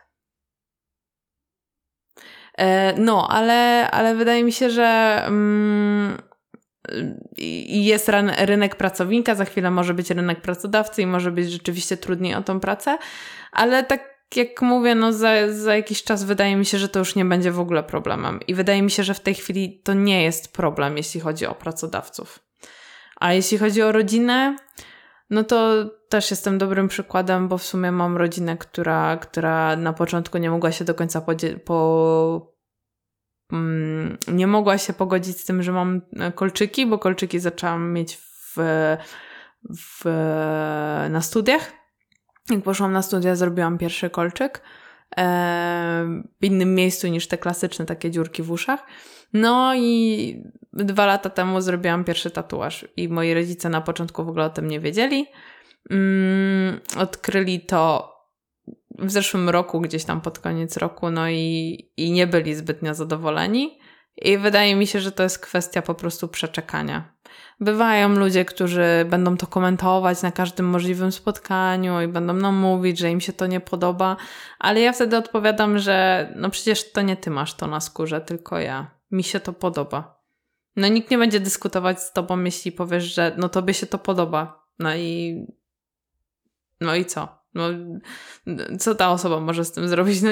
No, ale, ale wydaje mi się, że mm, jest rynek pracownika, za chwilę może być rynek pracodawcy i może być rzeczywiście trudniej o tą pracę, ale tak jak mówię, no za, za jakiś czas wydaje mi się, że to już nie będzie w ogóle problemem i wydaje mi się, że w tej chwili to nie jest problem, jeśli chodzi o pracodawców. A jeśli chodzi o rodzinę, no to też jestem dobrym przykładem, bo w sumie mam rodzinę, która, która na początku nie mogła się do końca podzie- po... Mm, nie mogła się pogodzić z tym, że mam kolczyki, bo kolczyki zaczęłam mieć w, w, na studiach. Jak poszłam na studia, zrobiłam pierwszy kolczyk e, w innym miejscu niż te klasyczne takie dziurki w uszach. No i dwa lata temu zrobiłam pierwszy tatuaż i moi rodzice na początku w ogóle o tym nie wiedzieli. Mm, odkryli to w zeszłym roku, gdzieś tam pod koniec roku, no i, i nie byli zbytnio zadowoleni. I wydaje mi się, że to jest kwestia po prostu przeczekania. Bywają ludzie, którzy będą to komentować na każdym możliwym spotkaniu i będą nam mówić, że im się to nie podoba, ale ja wtedy odpowiadam, że no przecież to nie ty masz to na skórze, tylko ja. Mi się to podoba. No nikt nie będzie dyskutować z tobą, jeśli powiesz, że no tobie się to podoba. No i no i co? No co ta osoba może z tym zrobić? No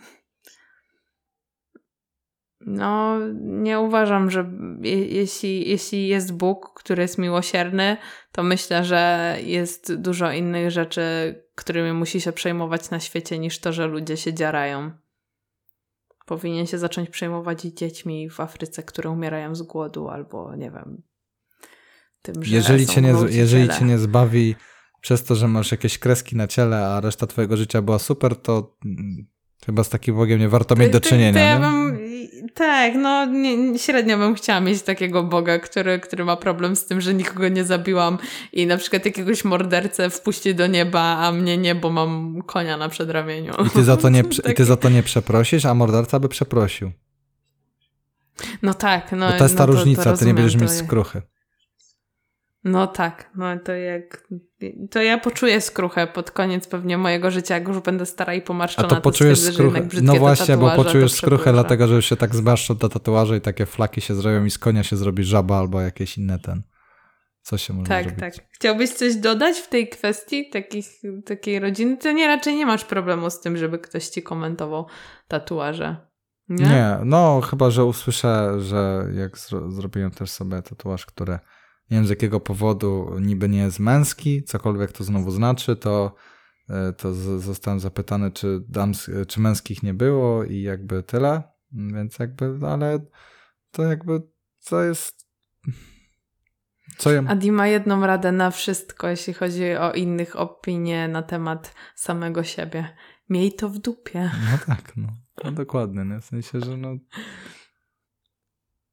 No, nie uważam, że je, jeśli, jeśli jest Bóg, który jest miłosierny, to myślę, że jest dużo innych rzeczy, którymi musi się przejmować na świecie, niż to, że ludzie się dziarają. Powinien się zacząć przejmować i dziećmi w Afryce, które umierają z głodu, albo nie wiem, tym, że jeżeli są cię nie, gwałciciele. Jeżeli cię nie zbawi przez to, że masz jakieś kreski na ciele, a reszta twojego życia była super, to chyba z takim Bogiem nie warto mieć do czynienia. To, to ja nie? bym, tak, no nie, średnio bym chciała mieć takiego Boga, który, który ma problem z tym, że nikogo nie zabiłam i na przykład jakiegoś mordercę wpuści do nieba, a mnie nie, bo mam konia na przedramieniu. I ty za to nie, i ty za to nie przeprosisz, a morderca by przeprosił. No tak. No, bo to jest no ta to, różnica, to ty nie będziesz mieć je... skruchy. No tak, no to jak... To ja poczuję skruchę pod koniec pewnie mojego życia, jak już będę stara i pomarszczona. A to poczujesz to skruchę, no właśnie, bo poczujesz skruchę dlatego, że już się tak zmarszczą te tatuaże i takie flaki się zrobią i z konia się zrobi żaba albo jakieś inne ten... Co się może tak, zrobić? Tak, tak. Chciałbyś coś dodać w tej kwestii takich, takiej rodziny? To nie, raczej nie masz problemu z tym, żeby ktoś ci komentował tatuaże. Nie? Nie, no chyba, że usłyszę, że jak zro- zrobiłem też sobie tatuaż, które nie wiem z jakiego powodu niby nie jest męski, cokolwiek to znowu znaczy, to, to z- zostałem zapytany, czy, dams- czy męskich nie było i jakby tyle, więc jakby, ale to jakby, co jest... Co ja... Adi ma jedną radę na wszystko, jeśli chodzi o innych opinie na temat samego siebie. Miej to w dupie. No tak, no. No dokładnie, no. W sensie, że no...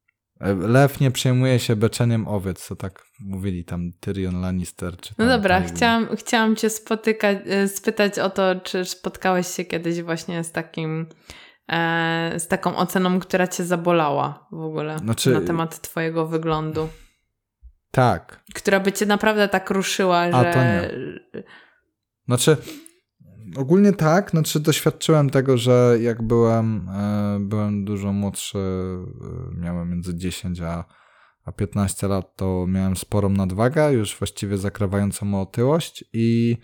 Lew nie przejmuje się beczeniem owiec, co tak mówili tam Tyrion Lannister. Czy tam no dobra, tam... chciałam, chciałam cię spotykać, spytać o to, czy spotkałeś się kiedyś właśnie z takim, e, z taką oceną, która cię zabolała w ogóle znaczy... na temat twojego wyglądu. Tak. Która by cię naprawdę tak ruszyła, A, że... to nie. Znaczy... Ogólnie tak, znaczy doświadczyłem tego, że jak byłem, e, byłem dużo młodszy, e, miałem między dziesięć a, a piętnaście lat, to miałem sporą nadwagę, już właściwie zakrawającą otyłość i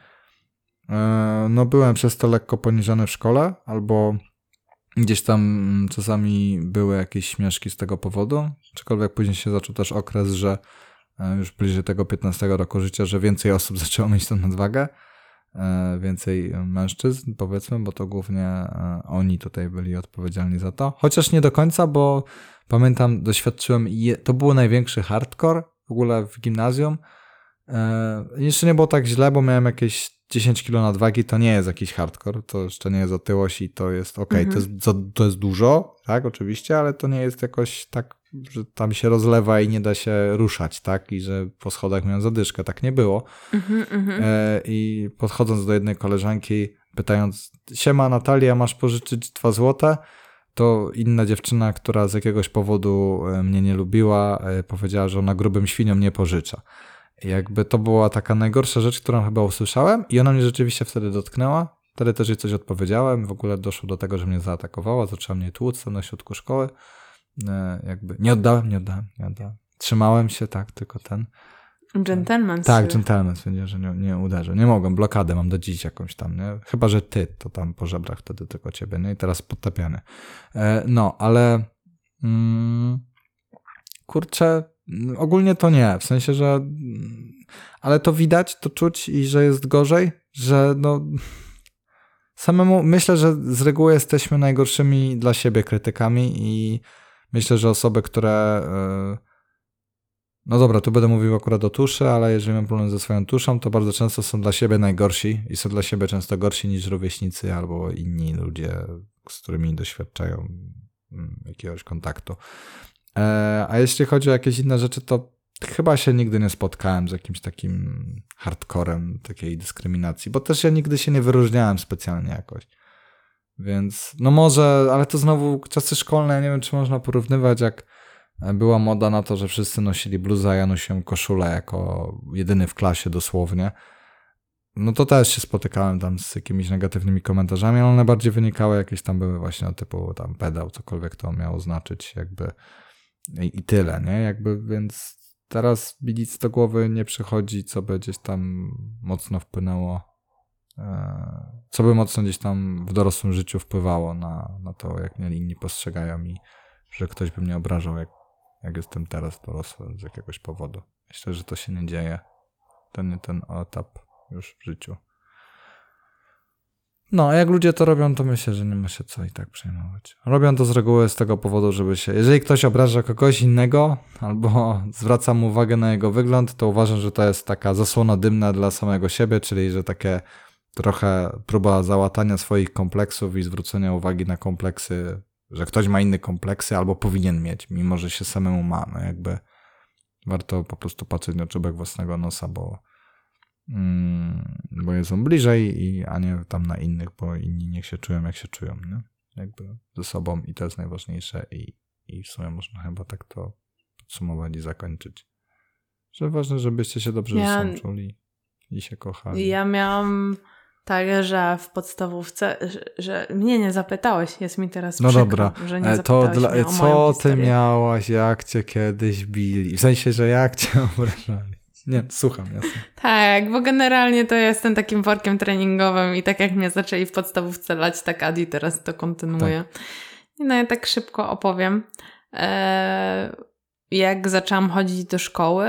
e, no byłem przez to lekko poniżany w szkole, albo gdzieś tam czasami były jakieś śmieszki z tego powodu, aczkolwiek później się zaczął też okres, że e, już bliżej tego piętnastego roku życia, że więcej osób zaczęło mieć tę nadwagę. Więcej mężczyzn, powiedzmy, bo to głównie oni tutaj byli odpowiedzialni za to. Chociaż nie do końca, bo pamiętam, doświadczyłem, je, to było największy hardcore w ogóle w gimnazjum. Jeszcze nie było tak źle, bo miałem jakieś dziesięć kilo nadwagi, to nie jest jakiś hardcore, to jeszcze nie jest otyłość i to jest okej, okay. mhm. to, jest, to jest dużo, tak, oczywiście, ale to nie jest jakoś tak, że tam się rozlewa i nie da się ruszać, tak, i że po schodach miałem zadyszkę, tak nie było. Mhm, mhm. E, I podchodząc do jednej koleżanki, pytając, siema Natalia, masz pożyczyć dwa złote? To inna dziewczyna, która z jakiegoś powodu mnie nie lubiła, powiedziała, że ona grubym świniom nie pożycza. Jakby to była taka najgorsza rzecz, którą chyba usłyszałem i ona mnie rzeczywiście wtedy dotknęła. Wtedy też jej coś odpowiedziałem. W ogóle doszło do tego, że mnie zaatakowała, zaczęła mnie tłuc na środku szkoły. Jakby nie oddałem, nie oddałem, nie oddałem. Trzymałem się, tak, tylko ten. Gentleman. Tak, gentleman stwierdziłem, że nie, nie uderzę. Nie mogłem, blokadę mam do dziś jakąś tam, nie? Chyba, że ty, to tam po żebrach wtedy tylko ciebie, nie? I teraz podtapiany. No, ale mm, kurczę, ogólnie to nie, w sensie, że ale to widać, to czuć i że jest gorzej, że no samemu myślę, że z reguły jesteśmy najgorszymi dla siebie krytykami i myślę, że osoby, które no dobra, tu będę mówił akurat o tuszy, ale jeżeli mam problem ze swoją tuszą, to bardzo często są dla siebie najgorsi i są dla siebie często gorsi niż rówieśnicy albo inni ludzie, z którymi doświadczają jakiegoś kontaktu. A jeśli chodzi o jakieś inne rzeczy, to chyba się nigdy nie spotkałem z jakimś takim hardcorem takiej dyskryminacji, bo też ja nigdy się nie wyróżniałem specjalnie jakoś. Więc no może, ale to znowu czasy szkolne, ja nie wiem, czy można porównywać, jak była moda na to, że wszyscy nosili bluzę, a ja nosiłem koszulę jako jedyny w klasie dosłownie. No to też się spotykałem tam z jakimiś negatywnymi komentarzami, ale one bardziej wynikały, jakieś tam były właśnie o typu tam pedał, cokolwiek to miało znaczyć, jakby i, i tyle, nie? Jakby, więc teraz mi nic do głowy nie przychodzi, co by gdzieś tam mocno wpłynęło, e, co by mocno gdzieś tam w dorosłym życiu wpływało na, na to, jak mnie inni postrzegają i że ktoś by mnie obrażał, jak, jak jestem teraz dorosły z jakiegoś powodu. Myślę, że to się nie dzieje. To nie ten etap już w życiu. No, a jak ludzie to robią, to myślę, że nie ma się co i tak przejmować. Robią to z reguły z tego powodu, żeby się... Jeżeli ktoś obraża kogoś innego albo zwraca mu uwagę na jego wygląd, to uważam, że to jest taka zasłona dymna dla samego siebie, czyli że takie trochę próba załatania swoich kompleksów i zwrócenia uwagi na kompleksy, że ktoś ma inne kompleksy albo powinien mieć, mimo że się samemu ma. No jakby warto po prostu patrzeć na czubek własnego nosa, bo bo są bliżej, i, a nie tam na innych, bo inni niech się czują, jak się czują, nie? Jakby ze sobą i to jest najważniejsze i, i w sumie można chyba tak to podsumować i zakończyć. Że ważne, żebyście się dobrze ja, ze sobą czuli i się kochali. Ja miałam tak, że w podstawówce, że, że mnie nie zapytałeś, jest mi teraz no przykro, dobra. że nie to zapytałeś dla, mnie o co moją ty historię. miałaś, jak cię kiedyś bili? W sensie, że jak cię obrażali? Nie, słucham, jasne. Tak, bo generalnie to ja jestem takim workiem treningowym i tak jak mnie zaczęli w podstawówce lać, tak Adi teraz to kontynuuje. Tak. No ja tak szybko opowiem. E, jak zaczęłam chodzić do szkoły,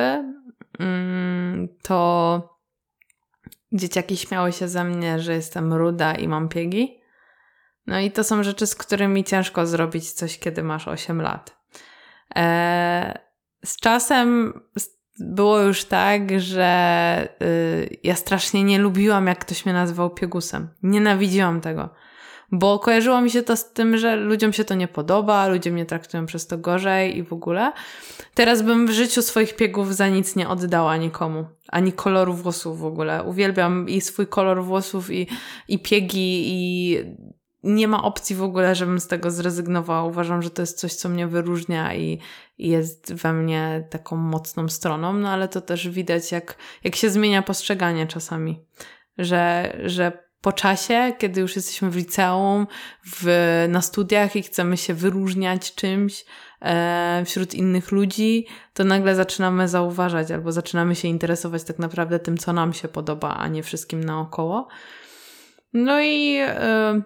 to dzieciaki śmiały się ze mnie, że jestem ruda i mam piegi. No i to są rzeczy, z którymi ciężko zrobić coś, kiedy masz osiem lat. E, z czasem było już tak, że y, ja strasznie nie lubiłam, jak ktoś mnie nazywał piegusem. Nienawidziłam tego. bo kojarzyło mi się to z tym, że ludziom się to nie podoba, ludzie mnie traktują przez to gorzej i w ogóle. Teraz bym w życiu swoich piegów za nic nie oddała nikomu, ani koloru włosów w ogóle. Uwielbiam i swój kolor włosów i, i piegi i nie ma opcji w ogóle, żebym z tego zrezygnowała. Uważam, że to jest coś, co mnie wyróżnia i, i jest we mnie taką mocną stroną, no ale to też widać, jak, jak się zmienia postrzeganie czasami, że, że po czasie, kiedy już jesteśmy w liceum, w, na studiach i chcemy się wyróżniać czymś e, wśród innych ludzi, to nagle zaczynamy zauważać albo zaczynamy się interesować tak naprawdę tym, co nam się podoba, a nie wszystkim naokoło. No i e,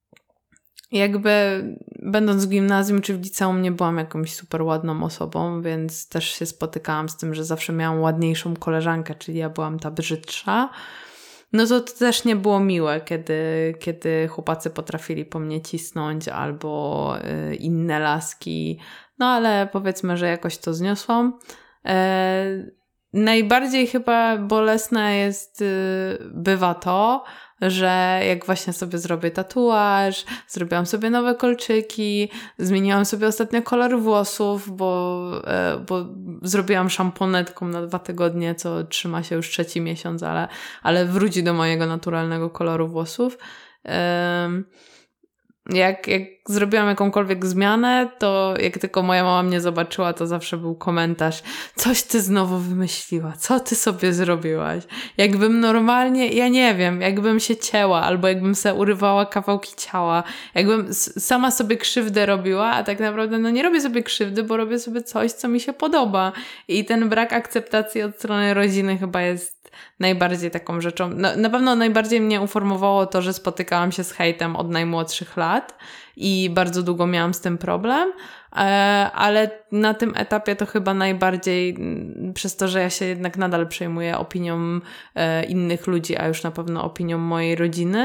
jakby będąc w gimnazjum czy w liceum nie byłam jakąś super ładną osobą, więc też się spotykałam z tym, że zawsze miałam ładniejszą koleżankę, czyli ja byłam ta brzydsza. No to, to też nie było miłe, kiedy, kiedy chłopacy potrafili po mnie cisnąć albo y, inne laski. No ale powiedzmy, że jakoś to zniosłam. E, najbardziej chyba bolesne jest, y, bywa to, że jak właśnie sobie zrobię tatuaż, zrobiłam sobie nowe kolczyki, zmieniłam sobie ostatnio kolor włosów, bo, e, bo zrobiłam szamponetką na dwa tygodnie, co trzyma się już trzeci miesiąc, ale, ale wróci do mojego naturalnego koloru włosów. Um, Jak, jak zrobiłam jakąkolwiek zmianę, to jak tylko moja mama mnie zobaczyła, to zawsze był komentarz: coś ty znowu wymyśliła, co ty sobie zrobiłaś? Jakbym normalnie, ja nie wiem, jakbym się cięła, albo jakbym sobie urywała kawałki ciała, jakbym s- sama sobie krzywdę robiła, a tak naprawdę no nie robię sobie krzywdy, bo robię sobie coś, co mi się podoba. I ten brak akceptacji od strony rodziny chyba jest najbardziej taką rzeczą. No, na pewno najbardziej mnie uformowało to, że spotykałam się z hejtem od najmłodszych lat i bardzo długo miałam z tym problem, ale na tym etapie to chyba najbardziej przez to, że ja się jednak nadal przejmuję opinią innych ludzi, a już na pewno opinią mojej rodziny.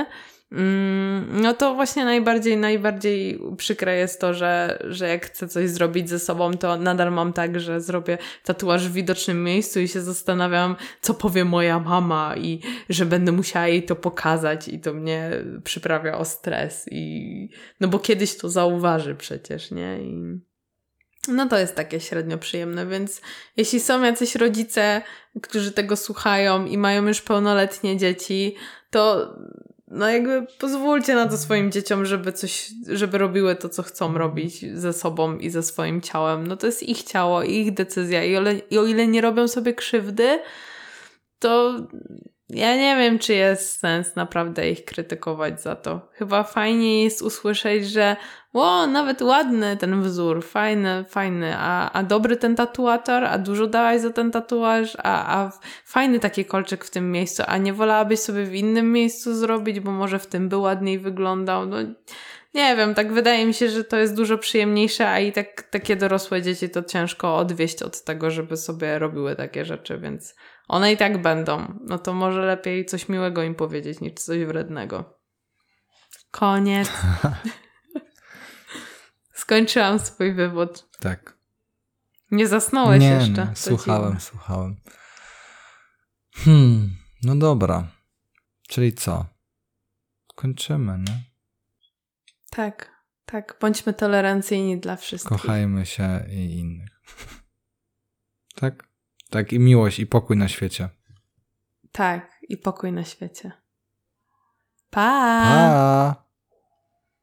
No to właśnie najbardziej, najbardziej przykre jest to, że, że jak chcę coś zrobić ze sobą, to nadal mam tak, że zrobię tatuaż w widocznym miejscu i się zastanawiam, co powie moja mama i że będę musiała jej to pokazać i to mnie przyprawia o stres i no bo kiedyś to zauważy przecież, nie? I no to jest takie średnio przyjemne, więc jeśli są jacyś rodzice, którzy tego słuchają i mają już pełnoletnie dzieci, to no jakby pozwólcie na to swoim dzieciom, żeby coś, żeby robiły to, co chcą robić ze sobą i ze swoim ciałem. No to jest ich ciało i ich decyzja i o ile, i o ile nie robią sobie krzywdy, to ja nie wiem, czy jest sens naprawdę ich krytykować za to. Chyba fajnie jest usłyszeć, że o, nawet ładny ten wzór, fajny, fajny, a, a dobry ten tatuator, a dużo dałaś za ten tatuaż, a, a fajny taki kolczyk w tym miejscu, a nie wolałabyś sobie w innym miejscu zrobić, bo może w tym by ładniej wyglądał. No nie wiem, tak wydaje mi się, że to jest dużo przyjemniejsze, a i tak takie dorosłe dzieci to ciężko odwieść od tego, żeby sobie robiły takie rzeczy, więc one i tak będą. No to może lepiej coś miłego im powiedzieć, niż coś wrednego. Koniec. Skończyłam swój wywód. Tak. Nie zasnąłeś nie, jeszcze? Nie, słuchałem, dziwne. słuchałem. Hmm, no dobra. Czyli co? Kończymy, nie? Tak, tak. Bądźmy tolerancyjni dla wszystkich. Kochajmy się i innych. Tak? Tak, i miłość, i pokój na świecie. Tak, i pokój na świecie. Pa! Pa!